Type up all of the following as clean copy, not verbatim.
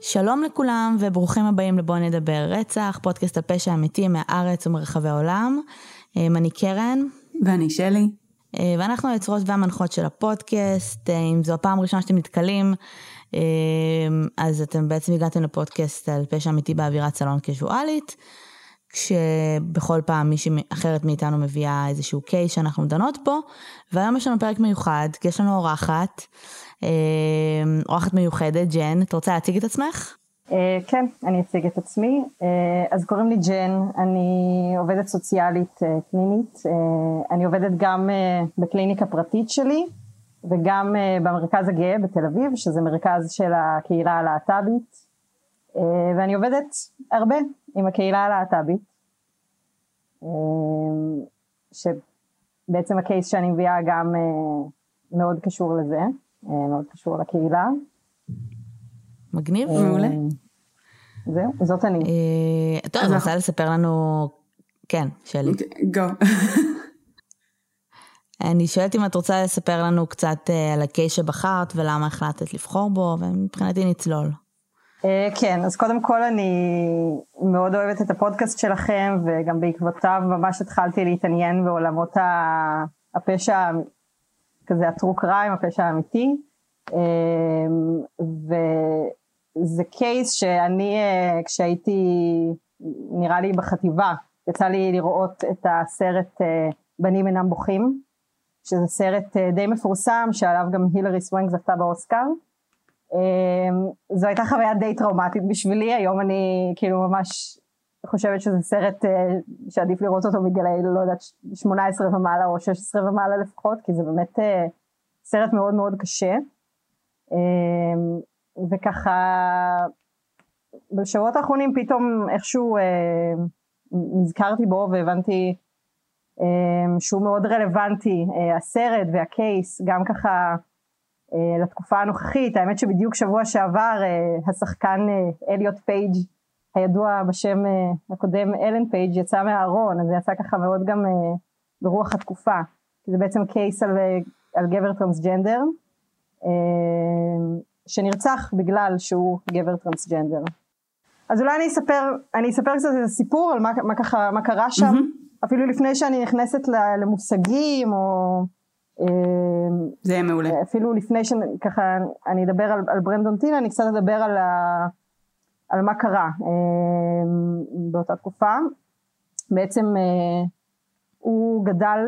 שלום לכולם וברוכים הבאים לבוא נדבר רצח, פודקאסט על פשע אמיתי מהארץ ומרחבי העולם. אני קרן. ואני שלי. ואנחנו היוצרות והמנחות של הפודקאסט. אם זו הפעם הראשונה שאתם נתקלים, אז אתם בעצם הגעתם לפודקאסט על פשע אמיתי באווירת סלון קזואלית, כשבכל פעם מישהי אחרת מאיתנו מביאה איזשהו קייס שאנחנו דנות בו, והיום יש לנו פרק מיוחד, כי יש לנו אורחת מיוחדת. ג'ן, את רוצה להציג את עצמך? כן, אני אציג את עצמי. אז קוראים לי ג'ן, אני עובדת סוציאלית קלינית, אני עובדת גם בקליניקה פרטית שלי, וגם במרכז הגאה בתל אביב, שזה מרכז של הקהילה הלהט"בית, ואני עובדת הרבה עם הקהילה הלהט"בית, שבעצם הקייס שאני מביאה גם מאוד קשור לזה, מאוד קשור לקהילה. מגניב, מעולה. זהו, זאת אני. טוב, אני רוצה לספר לנו, כן, שלי. גו. אני שואלת אם את רוצה לספר לנו קצת על הקייס שבחרת ולמה החלטת לבחור בו, ומבחינתי נצלול. כן, אז קודם כל אני מאוד אוהבת את הפודקאסט שלכם, וגם בעקבותיו ממש התחלתי להתעניין בעולמות הפשע, כזה הטרו קריים, הפשע האמיתי, וזה קייס שאני, כשהייתי, נראה לי בחטיבה, יצא לי לראות את הסרט בנים אינם בוכים, שזה סרט די מפורסם, שעליו גם הילרי סוונק זכתה באוסקר. זו הייתה חוויה די טראומטית בשבילי, היום אני כאילו ממש חושבת שזה סרט שעדיף לראות אותו בגילאי, לא יודעת, 18 ומעלה או 16 ומעלה לפחות, כי זה באמת סרט מאוד מאוד קשה. וככה בשבועות האחרונים פתאום איכשהו נזכרתי בו והבנתי שהוא מאוד רלוונטי, הסרט והקייס, גם ככה לתקופה הנוכחית. האמת שבדיוק שבוע שעבר השחקן אליוט פייג' הידוע בשם הקודם אלן פייג' יצא מהארון, אז זה יצא ככה מאוד גם ברוח התקופה, כי זה בעצם קייס על גבר טרנסג'נדר, שנרצח בגלל שהוא גבר טרנסג'נדר. אז אולי אני אספר קצת איזה סיפור על מה קרה שם, אפילו לפני שאני נכנסת למושגים, או זה יהיה מעולה. אפילו לפני שככה אני אדבר על ברנדון טיל, אני קצת אדבר על מה קרה באותה תקופה. בעצם הוא גדל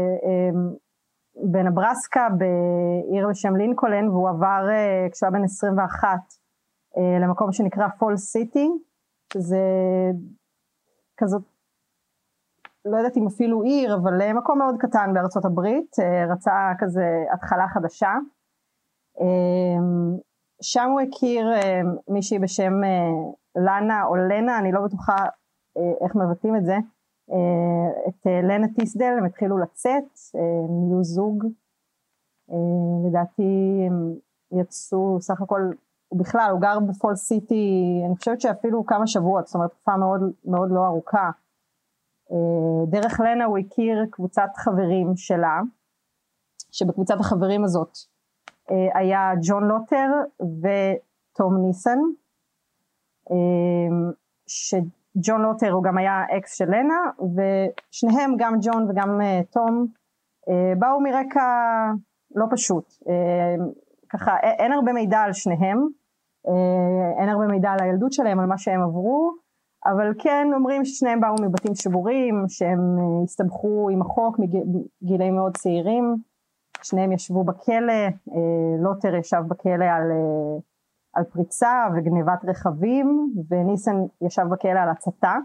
בנברסקה, בעיר בשם לינקולן, והוא עבר כשהוא היה בן 21 למקום שנקרא פול סיטי, שזה כזאת, לא יודעת אם אפילו עיר, אבל מקום מאוד קטן בארצות הברית, רצה כזה התחלה חדשה. שם הוא הכיר מישהי בשם לנה או לנה, אני לא בטוחה איך מבטאים את זה, את לנה טיסדל. הם התחילו לצאת, נהיו זוג, לדעתי הם יצאו סך הכל, ובכלל הוא גר בפול סיטי, אני חושבת שאפילו כמה שבועות, זאת אומרת תקופה מאוד, מאוד לא ארוכה. דרך לנה הוא הכיר קבוצת חברים שלה, שבקבוצת החברים הזאת היה ג'ון לוטר וטום ניסן, שג'ון לוטר הוא גם היה אקס של לנה, ושניהם, גם ג'ון וגם תום, באו מרקע לא פשוט. ככה אין הרבה מידע על שניהם, אין הרבה מידע על הילדות שלהם, על מה שהם עברו, אבל כן אומרים ששניהם באו מבתים שבורים, שהם הסתבכו עם החוק מגילאים מאוד צעירים, שניהם ישבו בכלא, לוטר ישב בכלא על פריצה וגניבת רכבים, וניסן ישב בכלא על הצתה,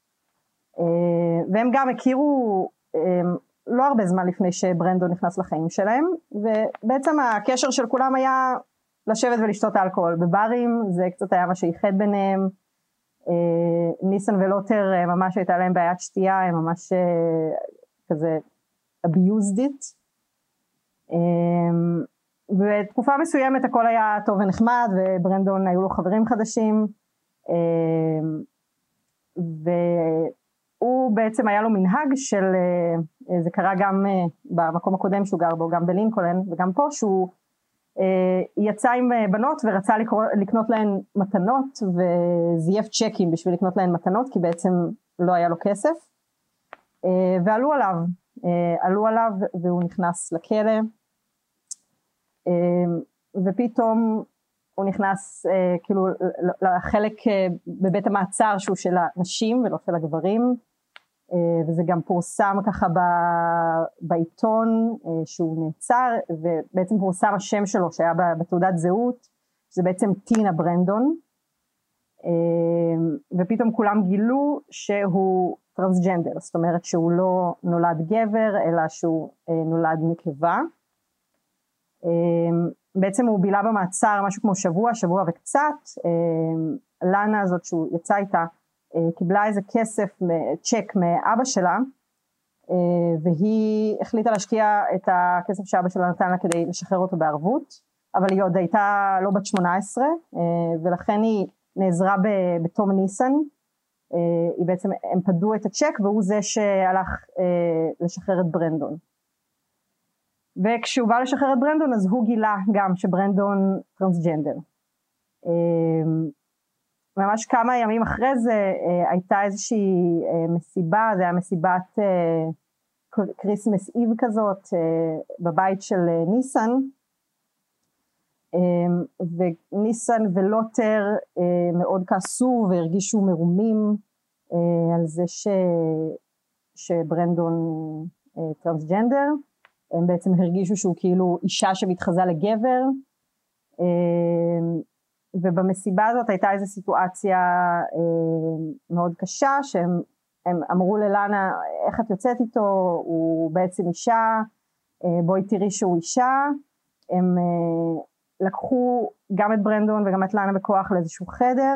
והם גם הכירו לא הרבה זמן לפני שברנדון נכנס לחיים שלהם, ובעצם הקשר של כולם היה לשבת ולשתות אלכוהול בברים, זה קצת היה מה שייחד ביניהם. ניסן ולוטר ממש הייתה להם בעיית שתייה, הם ממש כזה abused it, ובתקופה מסוימת הכל היה טוב ונחמד, וברנדון היו לו חברים חדשים, והוא בעצם היה לו מנהג של, זה קרה גם במקום הקודם שהוא גר בו, גם בלינקולן וגם פה, שהוא היא יצאה עם בנות ורצה לקנות להן מתנות, וזייף צ'קים בשביל לקנות להן מתנות, כי בעצם לא היה לו כסף, ועלו עליו והוא נכנס לכלא, ופתאום הוא נכנס כאילו לחלק בבית המעצר שהוא של הנשים ולא של הגברים, וזה גם פורסם ככה בעיתון שהוא נעצר, ובעצם פורסם השם שלו שהיה בתעודת זהות, זה בעצם טינה ברנדון, ופתאום כולם גילו שהוא טרנסג'נדר, זאת אומרת שהוא לא נולד גבר אלא שהוא נולד נקבה. בעצם הוא בילה במעצר משהו כמו שבוע וקצת. לאנה הזאת שהוא יצא איתה קיבלה איזה כסף, צ'ק מאבא שלה, והיא החליטה להשקיע את הכסף שאבא שלה נתן לה כדי לשחרר אותו בערבות, אבל היא עוד הייתה לא בת 18, ולכן היא נעזרה בתום ניסן. היא בעצם, הם פדו את הצ'ק והוא זה שהלך לשחרר את ברנדון. וכשהוא בא לשחרר את ברנדון אז הוא גילה גם שברנדון טרנסג'נדר. ממש כמה ימים אחרי זה הייתה איזושהי מסיבה, זה היה מסיבת קריסמס איב כזאת בבית של ניסן, וניסן ולוטר מאוד כעסו והרגישו מרומים על זה שברנדון טרנסג'נדר. הם בעצם הרגישו שהוא כאילו אישה שמתחזה לגבר, ובמסיבה הזאת הייתה איזו סיטואציה מאוד קשה, שהם אמרו ללאנה, איך את יוצאת איתו, הוא בעצם אישה, בואי תראי שהוא אישה. הם לקחו גם את ברנדון וגם את לאנה בכוח לאיזשהו חדר,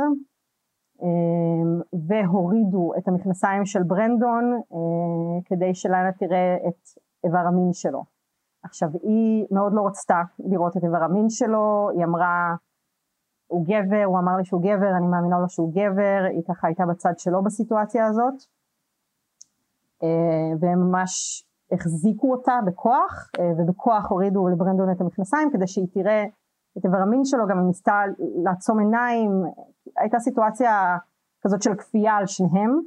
והורידו את המכנסיים של ברנדון, כדי שלאנה תראה את איבר המין שלו. עכשיו היא מאוד לא רצתה לראות את איבר המין שלו, היא אמרה, הוא גבר, הוא אמר לי שהוא גבר, אני מאמינה לו שהוא גבר, היא ככה הייתה בצד שלו בסיטואציה הזאת, והם ממש החזיקו אותה בכוח, ובכוח הורידו לברנדון את המכנסיים, כדי שהיא תראה את איבר המין שלו, גם היא ניסתה לעצום עיניים, הייתה סיטואציה כזאת של כפייה על שניהם,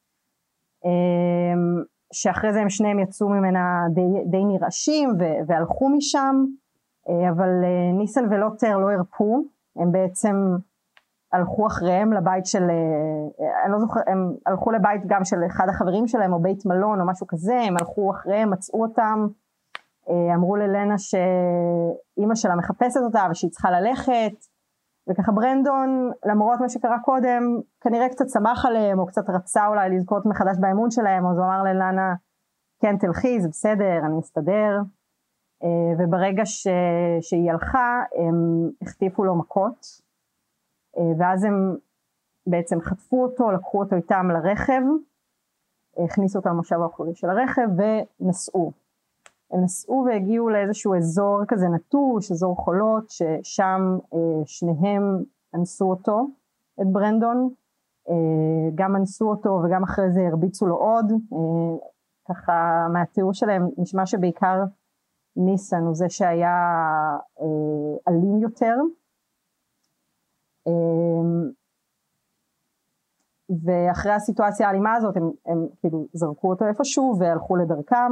שאחרי זה הם שניהם יצאו ממנה די נרעשים והלכו משם, אבל ניסן ולוטר לא הרפו, הם בעצם הלכו אחריהם לבית של, אני לא זוכר, הם הלכו לבית גם של אחד החברים שלהם או בית מלון או משהו כזה, הם הלכו אחריהם, מצאו אותם, אמרו ללנה שאימא שלה מחפשת אותה ושהיא צריכה ללכת, וככה ברנדון, למרות מה שקרה קודם, כנראה קצת שמח עליהם, או קצת רצה אולי לזכות מחדש באמון שלהם, אז הוא אמר ללאנה, כן תלכי, זה בסדר, אני אסתדר, וברגע שהיא הלכה, הם החטיפו לו מכות, ואז הם בעצם חטפו אותו, לקחו אותו איתם לרכב, הכניסו אותו למושב האחורי של הרכב, ונסעו. הם נסעו והגיעו לאיזשהו אזור כזה נטוש, אזור חולות, ששם שניהם אנסו אותו, את ברנדון, גם אנסו אותו וגם אחרי זה הרביצו לו עוד, ככה מהתיאור שלהם נשמע שבעיקר ניסן הוא זה שהיה אלים יותר, ואחרי הסיטואציה האלימה הזאת הם כאילו זרקו אותו איפשהו והלכו לדרכם.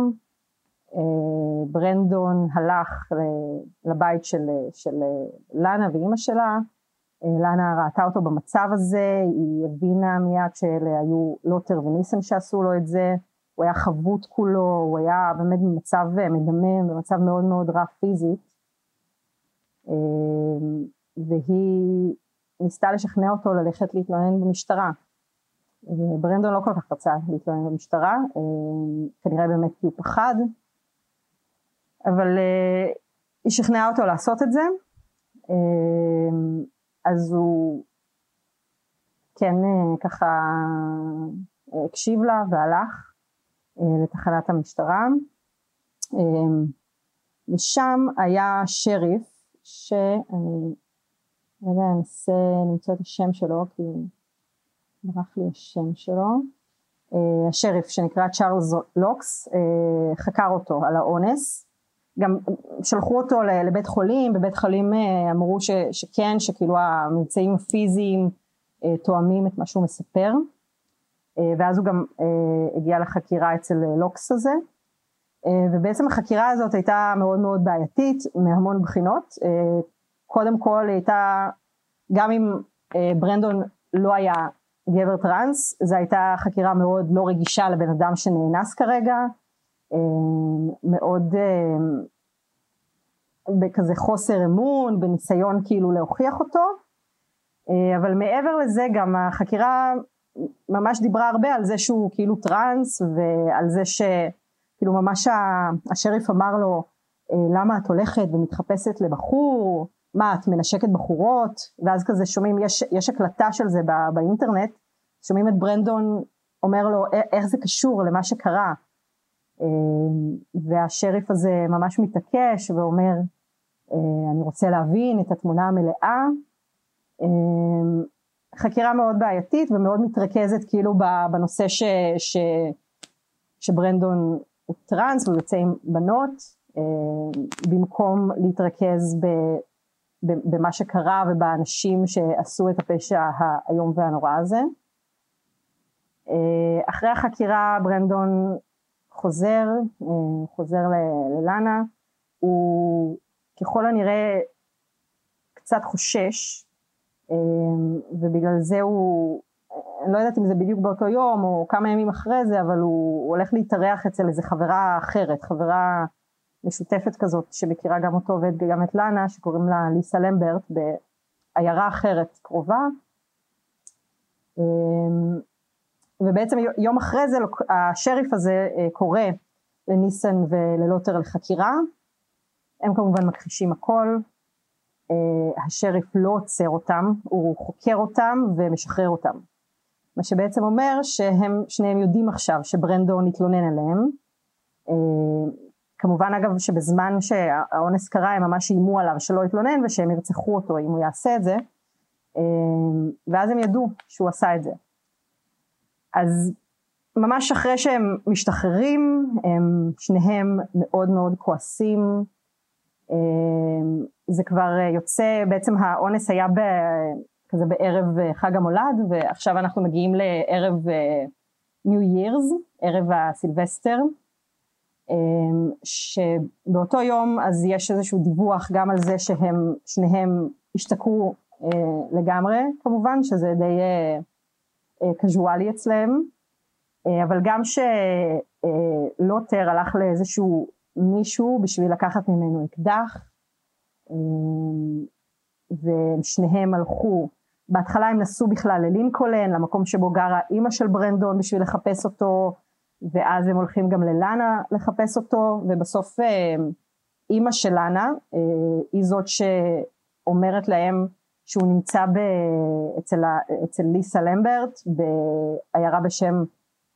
ברנדון הלך לבית של לאנה ואימא שלה, לאנה ראתה אותו במצב הזה, היא הבינה מיד שאלה היו לוטר וניסן שעשו לו את זה, הוא היה חבוט כולו, הוא היה באמת במצב מדמם, במצב מאוד מאוד רע פיזית, והיא ניסתה לשכנע אותו ללכת להתלונן במשטרה, ברנדון לא כל כך רצה להתלונן במשטרה, כנראה באמת כי הוא פחד, אבל היא שכנעה אותו לעשות את זה, אז הוא כן ככה הקשיב לה והלך לתחנת המשטרה, ושם היה שריף, שאני רגע אנסה למצוא את השם שלו, כי ברח לי השם שלו, השריף שנקרא צ'ארלס לוקס, חקר אותו על האונס, גם שלחו אותו לבית חולים, בבית חולים אמרו שכן, שכאילו הממצאים הפיזיים תואמים את מה שהוא מספר, ואז הוא גם הגיע לחקירה אצל לוקס הזה, ובעצם החקירה הזאת הייתה מאוד מאוד בעייתית מהמון בחינות. קודם כל הייתה, גם אם ברנדון לא היה גבר טרנס, זו הייתה חקירה מאוד לא רגישה לבן אדם שנאנס כרגע, מאוד בכזה חוסר אמון, בניסיון כאילו להוכיח אותו, אבל מעבר לזה גם החקירה ממש דיברה הרבה על זה שהוא כאילו טרנס, ועל זה שכאילו ממש השריף אמר לו, למה את הולכת ומתחפשת לבחור, מה את מנשקת בחורות, ואז כזה שומעים, יש הקלטה של זה באינטרנט, שומעים את ברנדון אומר לו איך זה קשור למה שקרה, והשריף הזה ממש מתעקש ואומר, אני רוצה להבין את התמונה המלאה. חקירה מאוד בעייתית ומאוד מתרכזת כאילו בנושא שברנדון הוא טרנס והוא יוצא עם בנות, במקום להתרכז במה שקרה ובאנשים שעשו את הפשע היום והנורא הזה. אחרי החקירה ברנדון חוזר ללאנה, הוא ככל הנראה קצת חושש, ובגלל זה אני לא יודעת אם זה בדיוק באותו יום או כמה ימים אחרי זה, אבל הוא הולך להתארח אצל איזו חברה אחרת, חברה משותפת כזאת שמכירה גם אותו וגם את לאנה, שקוראים לה ליסה למברט, בעיירה אחרת קרובה. ובעצם יום אחרי זה השריף הזה קורא לניסן וללוטר לחקירה, הם כמובן מכחישים הכל, השריף לא עוצר אותם, הוא חוקר אותם ומשחרר אותם, מה שבעצם אומר שהם שניהם יודעים עכשיו שברנדון התלונן עליהם, כמובן אגב שבזמן שהאונס קרה הם ממש איימו עליו שלא יתלונן ושהם ירצחו אותו אם הוא יעשה את זה, ואז הם ידעו שהוא עשה את זה. אז ממש אחרי שהם משתחררים, הם שניהם מאוד מאוד כועסים, זה כבר יוצא, בעצם האונס היה כזה בערב חג המולד, ועכשיו אנחנו מגיעים לערב New Year's, ערב הסילבסטר, שבאותו יום אז יש איזשהו דיווח גם על זה שהם שניהם השתכרו לגמרי, כמובן שזה די קזואלי אצלם, אבל גם שלוטר הלך לאיזשהו מישהו בשביל לקחת ממנו אקדח, ושניהם הלכו, בהתחלה הם נסעו בכלל ללינקולן, למקום שבו גרה אימא של ברנדון בשביל לחפש אותו, ואז הם הולכים גם ללאנה לחפש אותו, ובסוף אימא של לאנה היא זאת שאומרת להם שהוא נמצא אצל ליסה למברט, בעיירה בשם,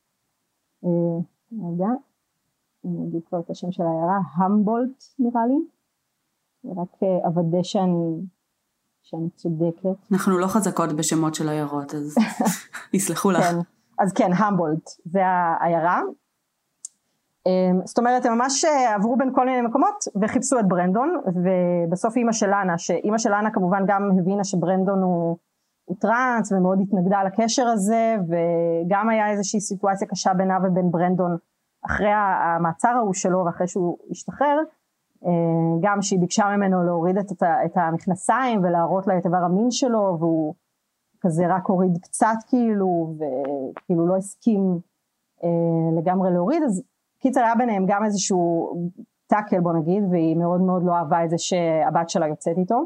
אני אגיד כבר את השם של העיירה, המבולט נראה לי, רק אוודא שאני צודקת. אנחנו לא חזקות בשמות של עיירות, אז יסלחו לך. כן, אז כן, המבולט, זה העיירה. זאת אומרת, הם ממש עברו בין כל מיני מקומות וחיפשו את ברנדון, ובסוף אימא של לאנה כמובן גם הבינה שברנדון הוא טרנס, ומאוד התנגדה לקשר הזה, וגם היה איזושהי סיטואציה קשה בינה ובין ברנדון, אחרי המעצר ההוא שלו, ואחרי שהוא השתחרר, גם שהיא ביקשה ממנו להוריד את המכנסיים, ולהראות לה את איבר המין שלו, והוא כזה רק הוריד קצת כאילו, וכאילו לא הסכים לגמרי להוריד, אז קיצר היה ביניהם גם איזשהו טאקל בוא נגיד, והיא מאוד מאוד לא אהבה את זה שהבת שלה יוצאת איתו,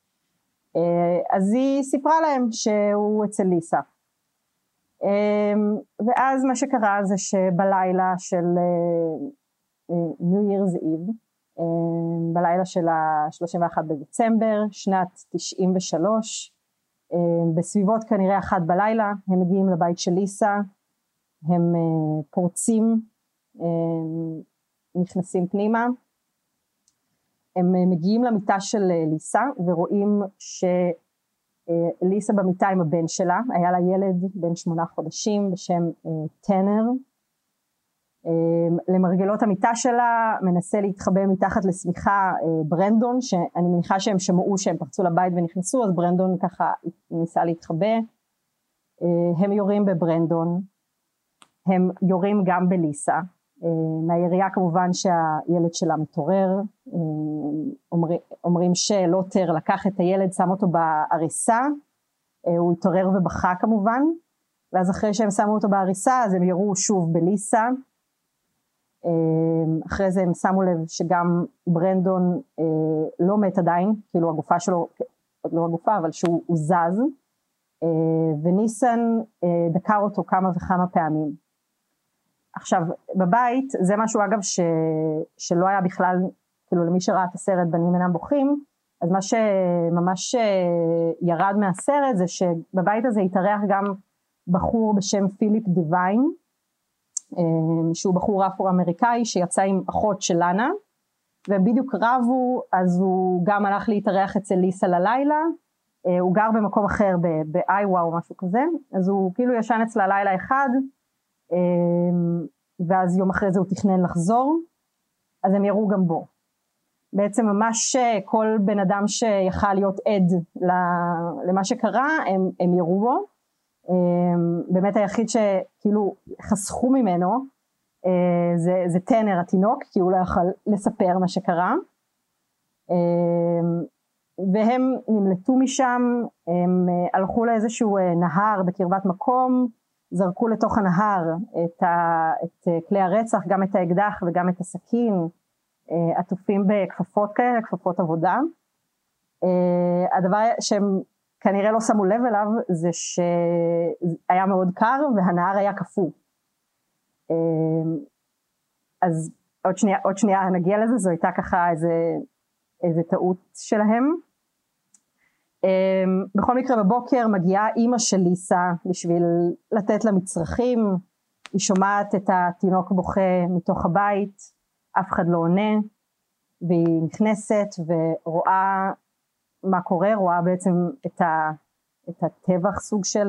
אז היא סיפרה להם שהוא אצל ליסה, ואז מה שקרה זה שבלילה של New Year's Eve, בלילה של ה-31 בדצמבר, שנת 93, בסביבות כנראה 1 בלילה, הם מגיעים לבית של ליסה, הם פורצים, נכנסים פנימה, הם מגיעים למיטה של ליסה, ורואים שליסה במיטה עם הבן שלה, היה לה ילד בן 8 חודשים בשם טנר, למרגלות המיטה שלה מנסה להתחבא מתחת לשמיכה ברנדון, שאני מניחה שהם שמעו שהם פרצו לבית ונכנסו, אז ברנדון ככה ניסה להתחבא. הם יורים בברנדון, הם יורים גם בליסה, מהירייה כמובן שהילד שלה מתעורר, אומרים שלוטר לקח את הילד, שם אותו בעריסה, הוא התעורר ובכה כמובן, ואז אחרי שהם שמו אותו בעריסה אז הם ירו שוב בליסה, אחרי זה הם שמו לב שגם ברנדון לא מת עדיין, כאילו הגופה שלו, לא הגופה אבל שהוא זז, וניסן דקר אותו כמה וכמה פעמים. עכשיו בבית זה משהו אגב שלא היה בכלל, כאילו למי שראה את הסרט בנים אינם בוכים, אז מה שממש ירד מהסרט זה שבבית הזה התארח גם בחור בשם פיליפ דיוויין, שהוא בחור אפרו-אמריקאי שיצא עם אחות של לאנה, ובדיוק רבו, אז הוא גם הלך להתארח אצל ליסה ללילה, הוא גר במקום אחר באיווה או משהו כזה, אז הוא כאילו ישן אצלה לילה אחד, ואז יום אחרי זה הוא תכנן לחזור, אז הם ירו גם בו. בעצם ממש כל בן אדם שיכל להיות עד למה שקרה, הם ירו בו, באמת היחיד שכאילו חסכו ממנו, זה טנר התינוק, כי הוא לא יכול לספר מה שקרה, והם נמלטו משם, הם הלכו לאיזשהו נהר בקרבת מקום, זרקו לתוך הנהר את כלי הרצח, גם את האקדח וגם את הסכין, עטופים בכפפות כאלה, כפפות עבודה. הדבר שהם כנראה לא שמו לב אליו, זה שהיה מאוד קר והנהר היה קפוא. אז עוד שנייה נגיע לזה, זו הייתה ככה איזה טעות שלהם. בכל מקרה בבוקר מגיעה אימא של ליסה בשביל לתת לה מצרכים, היא שומעת את התינוק בוכה מתוך הבית, אף אחד לא עונה, והיא נכנסת ורואה מה קורה, רואה בעצם את הטבח סוג של,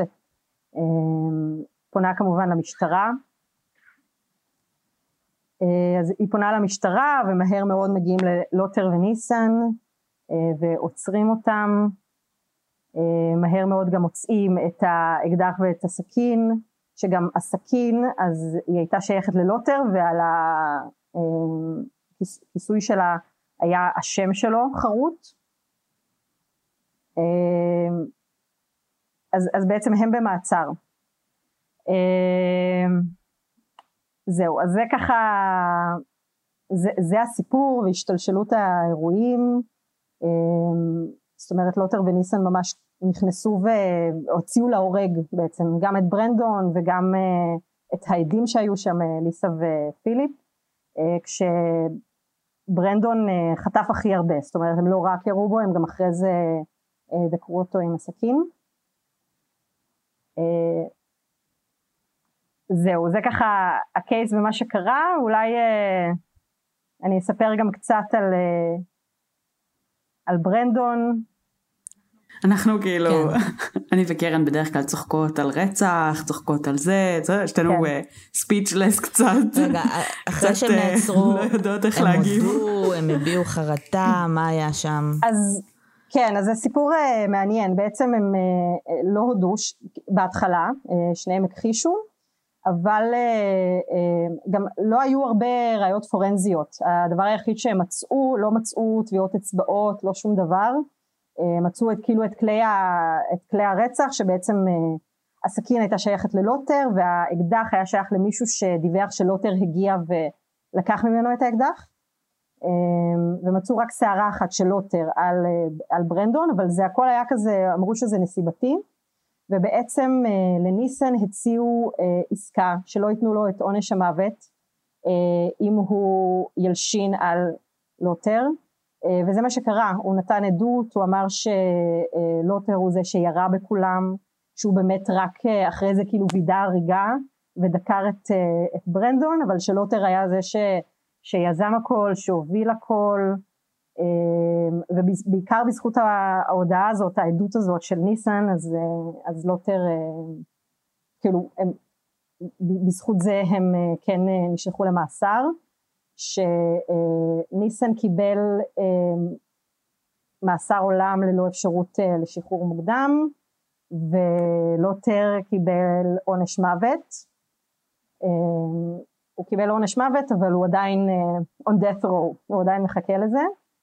פונה כמובן למשטרה, אז היא פונה למשטרה ומהר מאוד מגיעים ללוטר וניסן ועוצרים אותם, מהר מאוד גם מוצאים את האקדח ואת הסכין, שגם הסכין אז היא הייתה שייכת ללוטר, ועל הכיסוי שלה היה השם שלו חרוט, אז בעצם הם במעצר. זהו, אז זה ככה, זה הסיפור והשתלשלות האירועים, זאת אומרת לוטר וניסן ממש נכנסו והוציאו להורג בעצם גם את ברנדון וגם את העדים שהיו שם, ליסה ופיליפ, כשברנדון חטף הכי הרבה, זאת אומרת הם לא רק ירו בו, הם גם אחרי זה דקרו אותו עם הסכין. זהו, זה ככה הקייס ומה שקרה, אולי אני אספר גם קצת על ברנדון. אנחנו כאילו, אני וקרן בדרך כלל צוחקות על רצח, צוחקות על זה, שתינו ספיצ'לס קצת. רגע, אחרי שהם נעצרו, לא יודעות איך להגיב. הם הודו, הם הביעו חרטה, מה היה שם? אז כן, אז זה סיפור מעניין, בעצם הם לא הודו בהתחלה, שניהם הכחישו, אבל גם לא היו הרבה ראיות פורנזיות, הדבר היחיד שהם מצאו, לא מצאו טביעות אצבעות, לא שום דבר, מצאו כאילו את כלי הרצח, שבעצם הסכין הייתה שייכת ללוטר, והאקדח היה שייך למישהו שדיווח שלוטר הגיע ולקח ממנו את האקדח, ומצאו רק שערה אחת של לוטר על ברנדון, אבל זה הכל היה כזה, אמרו שזה נסיבתי, ובעצם לניסן הציעו עסקה שלא ייתנו לו את עונש המוות, אם הוא ילשין על לוטר, וזה מה שקרה, הוא נתן עדות, הוא אמר שלוטר הוא זה שירה בכולם, שהוא באמת רק אחרי זה כאילו וידא הריגה, ודקר את ברנדון, אבל שלוטר היה זה שיזם הכל, שהוביל הכל, ובעיקר בזכות ההודעה הזאת, העדות הזאת של ניסן, אז לוטר, כאילו, בזכות זה הם כן נשלחו למאסר, שניסן קיבל מאסר עולם ללא אפשרות לשחרור מוקדם, ולוטר קיבל עונש מוות. הוא קיבל עונש מוות, אבל הוא עדיין on death row, הוא עדיין מחכה לזה,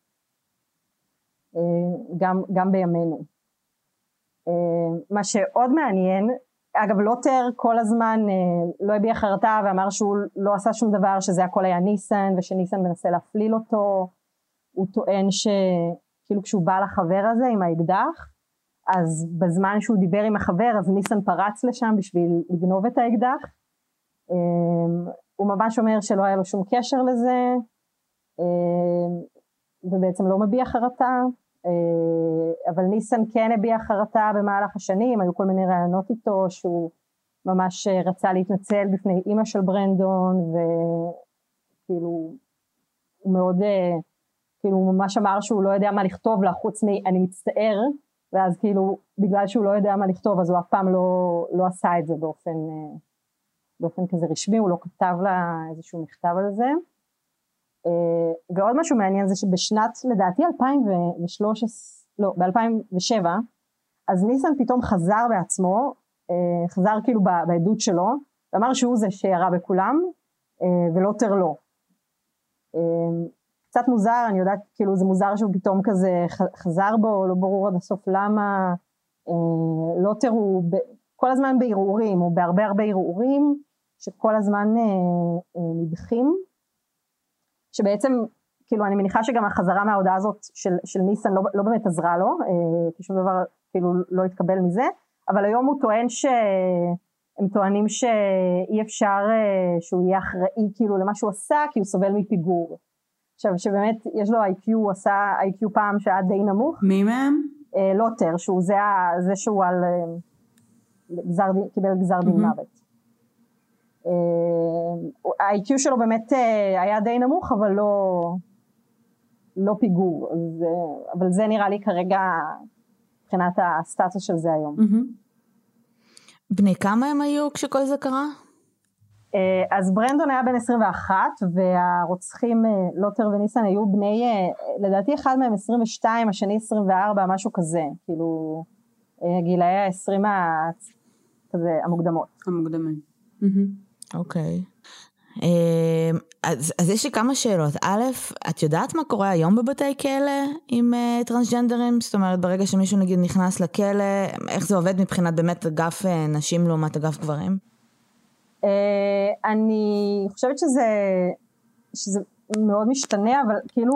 גם בימינו. מה שעוד מעניין, אגב לוטר כל הזמן לא הביע חרטה ואמר שהוא לא עשה שום דבר, שזה הכל היה ניסן, ושניסן מנסה להפליל אותו. הוא טוען שכאילו כשהוא בא לחבר הזה עם האקדח, אז בזמן שהוא דיבר עם החבר, אז ניסן פרץ לשם בשביל לגנוב את האקדח. הוא ממש אומר שלא היה לו שום קשר לזה, ובעצם לא מביע חרטה. אבל ניסן כן הביע חרטה במהלך השנים, היו כל מיני רעיונות איתו שהוא ממש רצה להתנצל בפני אמא של ברנדון, וכאילו הוא מאוד, כאילו הוא ממש אמר שהוא לא יודע מה לכתוב לה חוץ אני מצטער, ואז כאילו בגלל שהוא לא יודע מה לכתוב אז הוא אף פעם לא עשה את זה באופן כזה רשמי, הוא לא כתב לה איזשהו מכתב על זה. ועוד משהו מעניין זה שבשנת לדעתי 2007 אז ניסן פתאום חזר בעצמו, חזר כאילו בעדות שלו, ואמר שהוא זה שירה בכולם ולוטר לא. קצת מוזר, אני יודעת כאילו זה מוזר שהוא פתאום כזה חזר בו, לא ברור עד הסוף למה. לוטר הוא כל הזמן בערעורים, הוא בהרבה ערעורים שכל הזמן נדחים, שבעצם, כאילו אני מניחה שגם החזרה מההודעה הזאת של ניסן לא באמת עזרה לו, כי שום דבר כאילו לא התקבל מזה, אבל היום הוא טוען הם טוענים שאי אפשר שהוא יהיה אחראי כאילו למה שהוא עשה, כי הוא סובל מפיגור. עכשיו שבאמת יש לו IQ, הוא עשה IQ פעם שהיה די נמוך. מי מהם? לוטר, שהוא זה שהוא קיבל גזר דין מוות. ה-IQ שלו באמת היה די נמוך, אבל לא פיגור, אבל זה נראה לי כרגע מבחינת הסטטוס של זה היום. בני כמה הם היו כשכל זה קרה? אז ברנדון היה בן 21, והרוצחים לוטר וניסן היו בני, לדעתי אחד מהם 22, השני 24, משהו כזה, כאילו גילאי ה-20 כזה המוקדמות. המוקדמים. אוקיי. אז יש לי כמה שאלות. א', את יודעת מה קורה היום בבתי כלא עם טרנסג'נדרים? זאת אומרת, ברגע שמישהו נגיד נכנס לכלא, איך זה עובד מבחינת באמת אגף נשים לעומת אגף גברים? אני חושבת שזה מאוד משתנה, אבל כאילו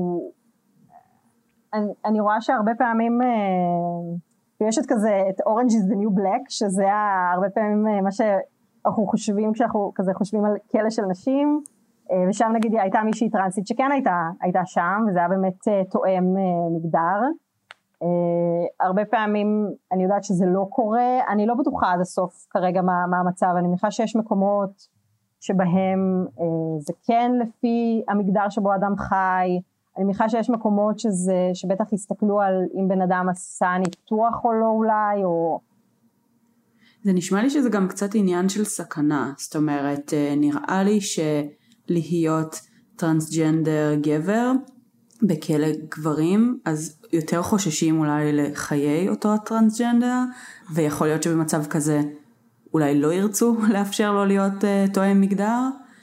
אני רואה שהרבה פעמים יש את כזה, את Orange is the New Black, שזה הרבה פעמים מה שאנחנו חושבים כשאנחנו כזה חושבים על כלא של נשים, ושם נגיד הייתה מישהי טרנסית שכן הייתה שם, וזה היה באמת תואם מגדר. הרבה פעמים אני יודעת שזה לא קורה, אני לא בטוחה עד הסוף כרגע מה המצב, אני מניחה שיש מקומות שבהם זה כן לפי המגדר שבו אדם חי, אני מניחה שיש מקומות שבטח יסתכלו על אם בן אדם עשה ניתוח או לא אולי, או... זה נשמע לי שזה גם קצת עניין של סכנה, זאת אומרת, נראה לי שלהיות טרנסג'נדר גבר בכלא גברים, אז יותר חוששים אולי לחיי אותו הטרנסג'נדר, ויכול להיות שבמצב כזה אולי לא ירצו לאפשר לו להיות תואם מגדר,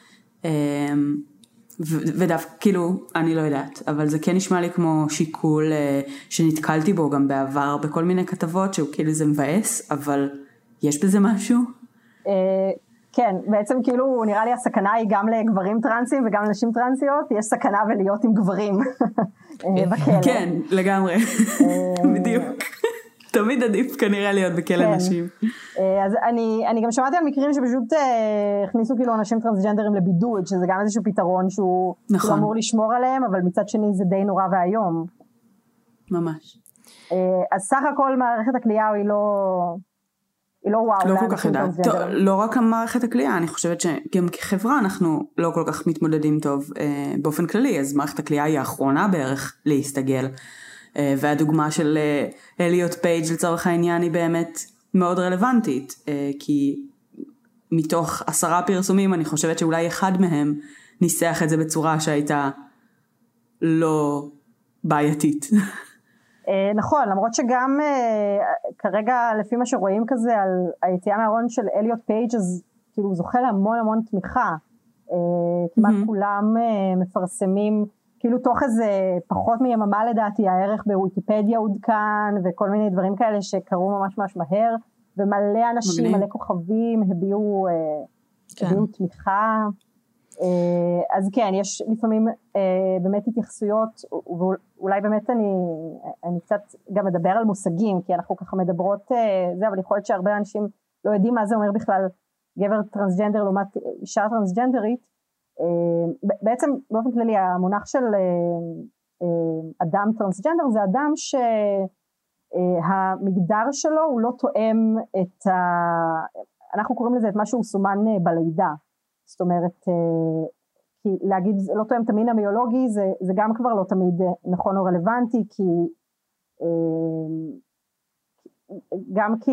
ודווקא כאילו אני לא יודעת, אבל זה כן נשמע לי כמו שיקול שנתקלתי בו גם בעבר בכל מיני כתבות, שהוא כאילו זה מבאס, אבל יש בזה משהו? כן, בעצם כאילו נראה לי הסכנה היא גם לגברים טרנסים וגם לנשים טרנסיות, יש סכנה ולהיות עם גברים בכלא. כן, לגמרי, בדיוק. תמיד עדיף כנראה להיות בכלא נשים. אז אני גם שמעתי על מקרים שפשוט הכניסו כאילו אנשים טרנסג'נדרים לבידוד, שזה גם איזשהו פתרון שהוא אמור לשמור עליהם, אבל מצד שני זה די נורא והיום. ממש. אז סך הכל מערכת הכלייה היא לא וואו. לא כל כך יודעת. לא רק המערכת הכלייה, אני חושבת שגם כחברה אנחנו לא כל כך מתמודדים טוב באופן כללי, אז מערכת הכלייה היא האחרונה בערך להסתגל. והדוגמה של אליוט פייג' לצורך העניין היא באמת מאוד רלוונטית, כי מתוך 10 פרסומים, אני חושבת שאולי אחד מהם ניסח את זה בצורה שהייתה לא בעייתית. נכון, למרות שגם כרגע לפי מה שרואים כזה על היציאה מהארון של אליוט פייג', אז כאילו הוא זוכה להמון תמיכה, כמעט כולם מפרסמים, כאילו תוך איזה פחות מיממה לדעתי הערך בוויקיפדיה עודכן וכל מיני דברים כאלה שקרו ממש מהר, ומלא אנשים, מלא כוכבים הביעו תמיכה. אז כן, יש לפעמים באמת התייחסויות, ואולי באמת אני קצת גם מדבר על מושגים, כי אנחנו ככה מדברות זה, אבל יכול להיות שהרבה אנשים לא יודעים מה זה אומר בכלל גבר טרנסג'נדר לעומת אישה טרנסג'נדרית. בעצם באופן כללי המונח של אדם טרנסג'נדר זה אדם שהמגדר שלו הוא לא תואם אנחנו קוראים לזה את מה שהוא סומן בלידה, זאת אומרת, כי להגיד לא תואם את המין הביולוגי זה גם כבר לא תמיד נכון או רלוונטי, גם כי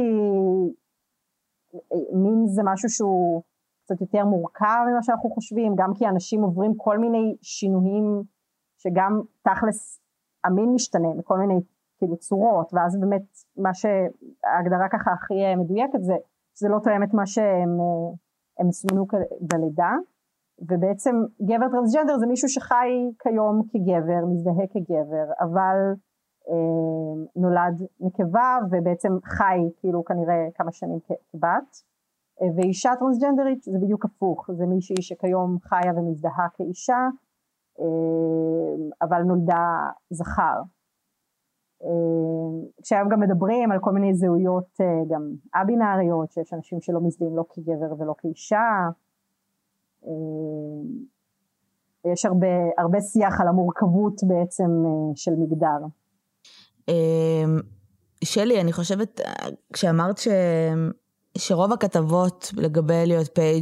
מין זה משהו שהוא קצת יותר מורכב ממה שאנחנו חושבים, גם כי אנשים עוברים כל מיני שינויים שגם תכלס המין משתנה בכל מיני כאילו צורות, ואז באמת מה שההגדרה ככה הכי מדויקת זה לא תואם את מה שהם סומנו בלידה, ובעצם גבר טרנסג'נדר זה מישהו שחי כיום כגבר, מזדהה כגבר, אבל נולד נקבה ובעצם חי כאילו כנראה כמה שנים כבת, ואישה טרנסג'נדרית זה בדיוק הפוך, זה מישהי שכיום חיה ומזדהה כאישה, אבל נולדה זכר. כשהיום גם מדברים על כל מיני זהויות גם א-בינאריות, שיש אנשים שלא מזדהים לא כגבר ולא כאישה, יש הרבה שיח על המורכבות בעצם של מגדר. שלי, אני חושבת, כשאמרת שרוב הכתבות לגבי אליוט פייג'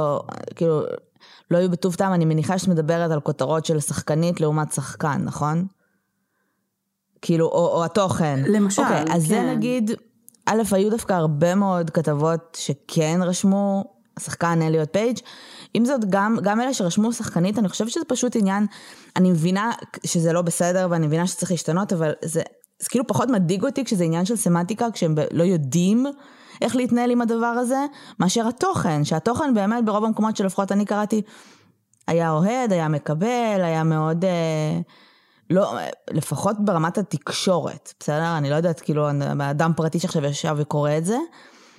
לא היו בטוב טעם, אני מניחה שאת מדברת על כותרות של שחקנית לעומת שחקן, נכון? כאילו, או התוכן. למשל, אוקיי, אז כן. זה נגיד, א', היו דווקא הרבה מאוד כתבות שכן רשמו שחקן אליוט פייג'. עם זאת, גם אלה שרשמו שחקנית, אני חושבת שזה פשוט עניין, אני מבינה שזה לא בסדר, ואני מבינה שצריך להשתנות, אבל זה כאילו פחות מדאיג אותי כשזה עניין של סמנטיקה, כשהם לא יודעים איך להתנהל עם הדבר הזה, מאשר התוכן, שהתוכן באמת ברוב המקומות שלפחות אני קראתי, היה אוהד, היה מקבל, היה מאוד, לא, לפחות ברמת התקשורת, בסדר? אני לא יודעת, כאילו, אדם פרטי שעכשיו ישב וקורא את זה.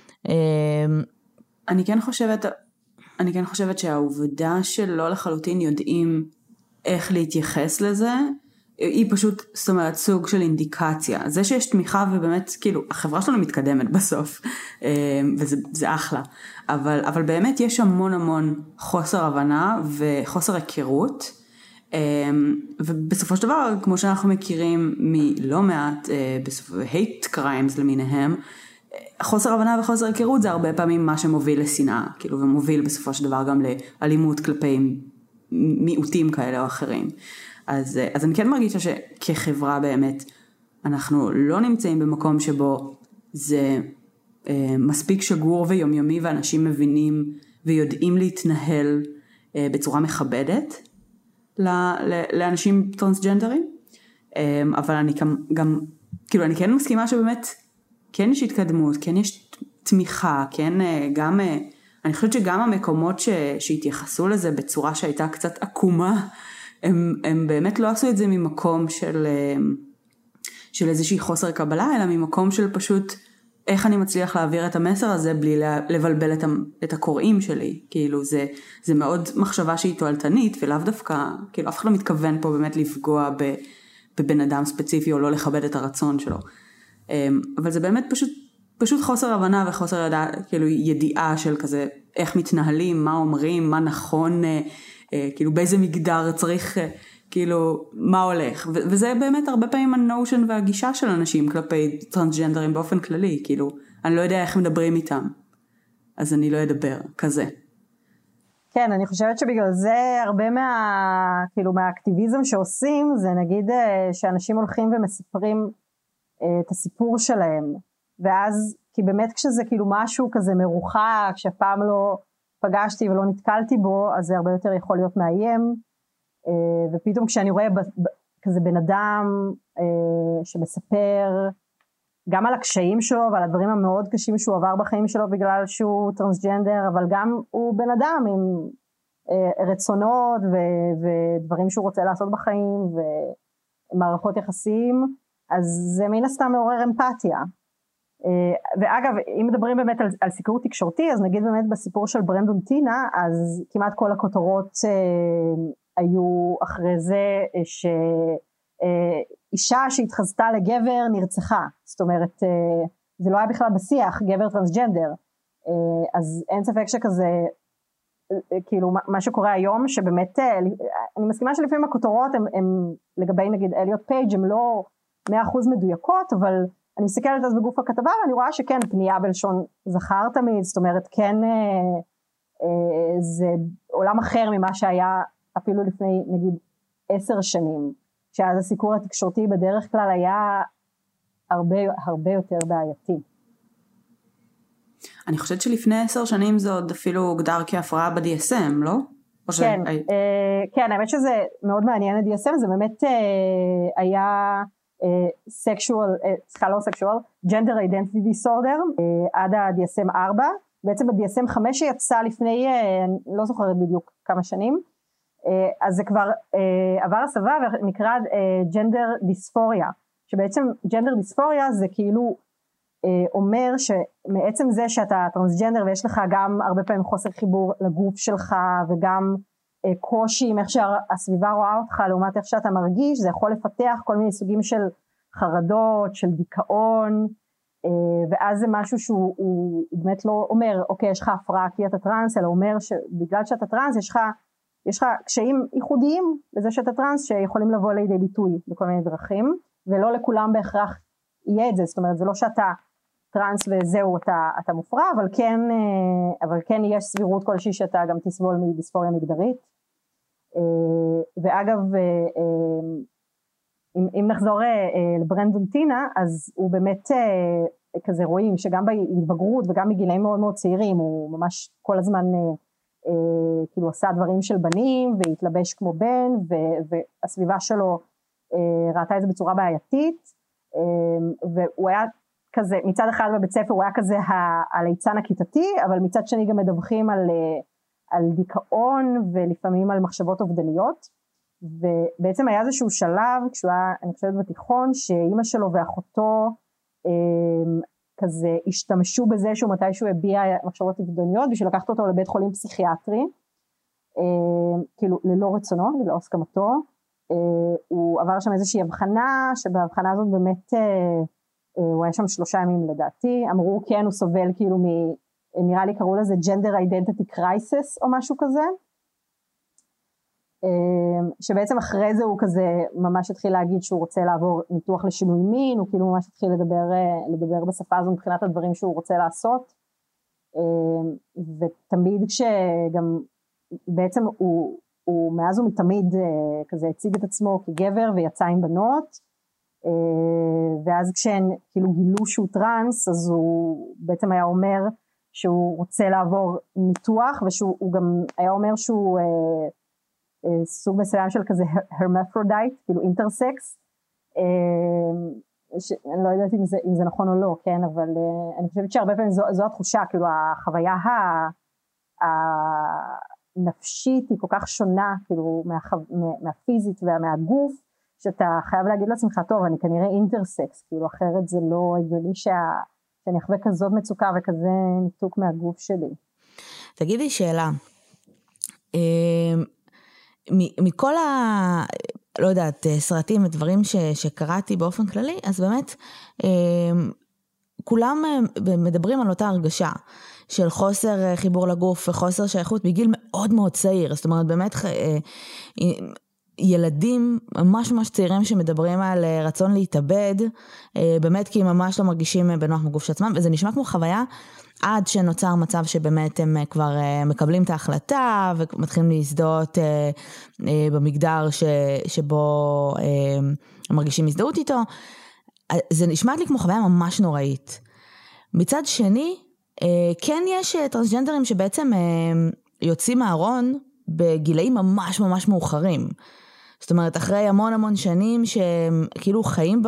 אני כן חושבת שהעובדה שלא לחלוטין יודעים איך להתייחס לזה, היא פשוט, זאת אומרת, סוג של אינדיקציה. זה שיש תמיכה ובאמת, כאילו, החברה שלנו מתקדמת בסוף, וזה אחלה. אבל באמת יש המון חוסר הבנה וחוסר היכרות, ובסופו של דבר, כמו שאנחנו מכירים מלא מעט, hate crimes למיניהם, חוסר הבנה וחוסר היכרות זה הרבה פעמים מה שמוביל לשנאה, כאילו, ומוביל בסופו של דבר גם לאלימות כלפי מיעוטים כאלה או אחרים. אז אני כן מרגישה שכחברה באמת, אנחנו לא נמצאים במקום שבו זה מספיק שגור ויומיומי, ואנשים מבינים ויודעים להתנהל בצורה מכבדת לאנשים טרנסג'נדרים. אבל אני גם, כאילו אני כן מסכימה שבאמת, כן יש התקדמות, כן יש תמיכה, כן גם, אני חושבת שגם המקומות שהתייחסו לזה בצורה שהייתה קצת עקומה, הם באמת לא עשו את זה ממקום של איזושהי חוסר קבלה, אלא ממקום של פשוט איך אני מצליח להעביר את המסר הזה בלי לבלבל את הקוראים שלי. כאילו זה מאוד מחשבה שהיא תועלתנית, ולאו דווקא, כאילו אף אחד לא מתכוון פה באמת לפגוע בבן אדם ספציפי או לא לכבד את הרצון שלו. אבל זה באמת פשוט חוסר הבנה וחוסר כאילו ידיעה של כזה איך מתנהלים, מה אומרים, מה נכון, כאילו באיזה מגדר צריך, כאילו מה הולך, וזה באמת הרבה פעמים הנושן והגישה של אנשים כלפי טרנסג'נדרים באופן כללי, כאילו אני לא יודע איך מדברים איתם, אז אני לא אדבר, כזה. כן, אני חושבת שבגלל זה הרבה כאילו מהאקטיביזם שעושים, זה נגיד שאנשים הולכים ומספרים את הסיפור שלהם, ואז כי באמת כשזה כאילו משהו כזה מרוחק, שפעם פגשתי ולא נתקלתי בו, אז זה הרבה יותר יכול להיות מאיים, ופתאום כשאני רואה כזה בן אדם שמספר גם על הקשיים שלו ועל הדברים המאוד קשים שהוא עבר בחיים שלו בגלל שהוא טרנסג'נדר, אבל גם הוא בן אדם עם רצונות ודברים שהוא רוצה לעשות בחיים ומערכות יחסים, אז זה מן הסתם מעורר אמפתיה. ואגב, אם מדברים באמת על סיקור תקשורתי, אז נגיד באמת בסיפור של ברנדון טינה, אז כמעט כל הכותרות היו אחרי זה שאישה שהתחזתה לגבר נרצחה, זאת אומרת זה לא היה בכלל בשיח, גבר טרנסג'נדר, אז אין ספק שכזה, כאילו מה שקורה היום, שבאמת, אני מסכימה שלפעמים הכותרות הם לגבי נגיד אליוט פייג' הם לא 100% מדויקות, אבל אני מסתכלת אז בגוף הכתבה, ואני רואה שכן, פנייה בלשון זכר תמיד, זאת אומרת, כן, זה עולם אחר ממה שהיה אפילו לפני, נגיד, 10 שנים, שאז הסיקור התקשורתי בדרך כלל היה הרבה יותר בעייתי. אני חושבת שלפני 10 שנים זה עוד אפילו הוגדר כהפרעה ב-DSM, לא? כן, כן, האמת שזה מאוד מעניין ה-DSM, זה באמת היה gender identity disorder, עד ה-DSM 4, בעצם ב-DSM 5 שיצא לפני, לא זוכרת בדיוק כמה שנים, אז זה כבר עבר הסבה ונקרא gender dysphoria, שבעצם gender dysphoria זה כאילו אומר שמעצם זה שאתה טרנסג'נדר ויש לך גם הרבה פעמים חוסר חיבור לגוף שלך וגם קושי עם איך שהסביבה רואה אותך לעומת איך שאתה מרגיש, זה יכול לפתח כל מיני סוגים של חרדות, של דיכאון, ואז זה משהו שהוא באמת לא אומר, אוקיי, יש לך הפרעה כי אתה טרנס, אלא אומר שבגלל שאתה טרנס יש לך קשיים ייחודיים לזה שאתה טרנס, שיכולים לבוא לידי ביטוי בכל מיני דרכים, ולא לכולם בהכרח יהיה את זה, זאת אומרת, זה לא שאתה טרנס וזהו, אתה מופרע, אבל כן יש סבירות כלשהי שאתה גם תסבול מדיספוריה מגדרית. ואגב, אם נחזור לברנדון טינה, אז הוא באמת כזה רואים שגם בהתבגרות וגם בגילאים מאוד מאוד צעירים, הוא ממש כל הזמן כאילו עשה דברים של בנים, והתלבש כמו בן, והסביבה שלו ראתה את זה בצורה בעייתית, והוא היה כזה, מצד אחד בבית ספר הוא היה כזה הליצן הכיתתי, אבל מצד שני גם מדווחים על דיכאון ולפעמים על מחשבות אובדניות, ובעצם היה איזשהו שלב כשהוא היה, אני חושבת בתיכון, שאימא שלו ואחותו כזה השתמשו בזה שהוא מתישהו הביע מחשבות אובדניות, בשביל לקחת אותו לבית חולים פסיכיאטרי, כאילו ללא רצונו, ללא הסכמתו, הוא עבר שם איזושהי הבחנה, שבהבחנה הזאת באמת הוא היה שם 3 ימים לדעתי, אמרו כן הוא סובל כאילו נראה לי קראו לזה gender identity crisis או משהו כזה, שבעצם אחרי זה הוא כזה ממש התחיל להגיד שהוא רוצה לעבור ניתוח לשינוי מין, הוא כאילו ממש התחיל לדבר בשפה הזו מבחינת הדברים שהוא רוצה לעשות, ותמיד כשגם בעצם הוא מאז ומתמיד כזה הציג את עצמו כגבר ויצא עם בנות, ואז כשהן כאילו גילו שהוא טרנס, אז הוא בעצם היה אומר שהוא רוצה לעבור ניתוח, ושהוא גם היה אומר שהוא סוג מסוים של כזה הרמפרודייט, כאילו אינטרסקס, אני לא יודעת אם זה נכון או לא, כן, אבל אני חושבת שהרבה פעמים זו התחושה, כאילו החוויה הנפשית היא כל כך שונה, כאילו מהפיזית ומהגוף, שאתה חייב להגיד לעצמך, טוב, אני כנראה אינטרסקס, כאילו אחרת זה לא הגיוני שאני אחווה כזאת מצוקה וכזה ניתוק מהגוף שלי. תגידי שאלה, מכל לא יודעת, סרטים ודברים שקראתי באופן כללי, אז באמת כולם מדברים על אותה הרגשה של חוסר חיבור לגוף וחוסר שייכות בגיל מאוד מאוד צעיר, זאת אומרת באמת ילדים ממש ממש צעירים שמדברים על רצון להתאבד, באמת כי הם ממש לא מרגישים בנוח בגוף של עצמם, וזה נשמע כמו חוויה עד שנוצר מצב שבאמת הם כבר מקבלים את ההחלטה ומתחילים להזדהות במגדר שבו הם מרגישים הזדהות איתו. זה נשמע לי כמו חוויה ממש נוראית. מצד שני, כן יש טרנסג'נדרים שבעצם יוצאים מהארון בגילאים ממש ממש מאוחרים. זאת אומרת, אחרי המון המון שנים שהם כאילו חיים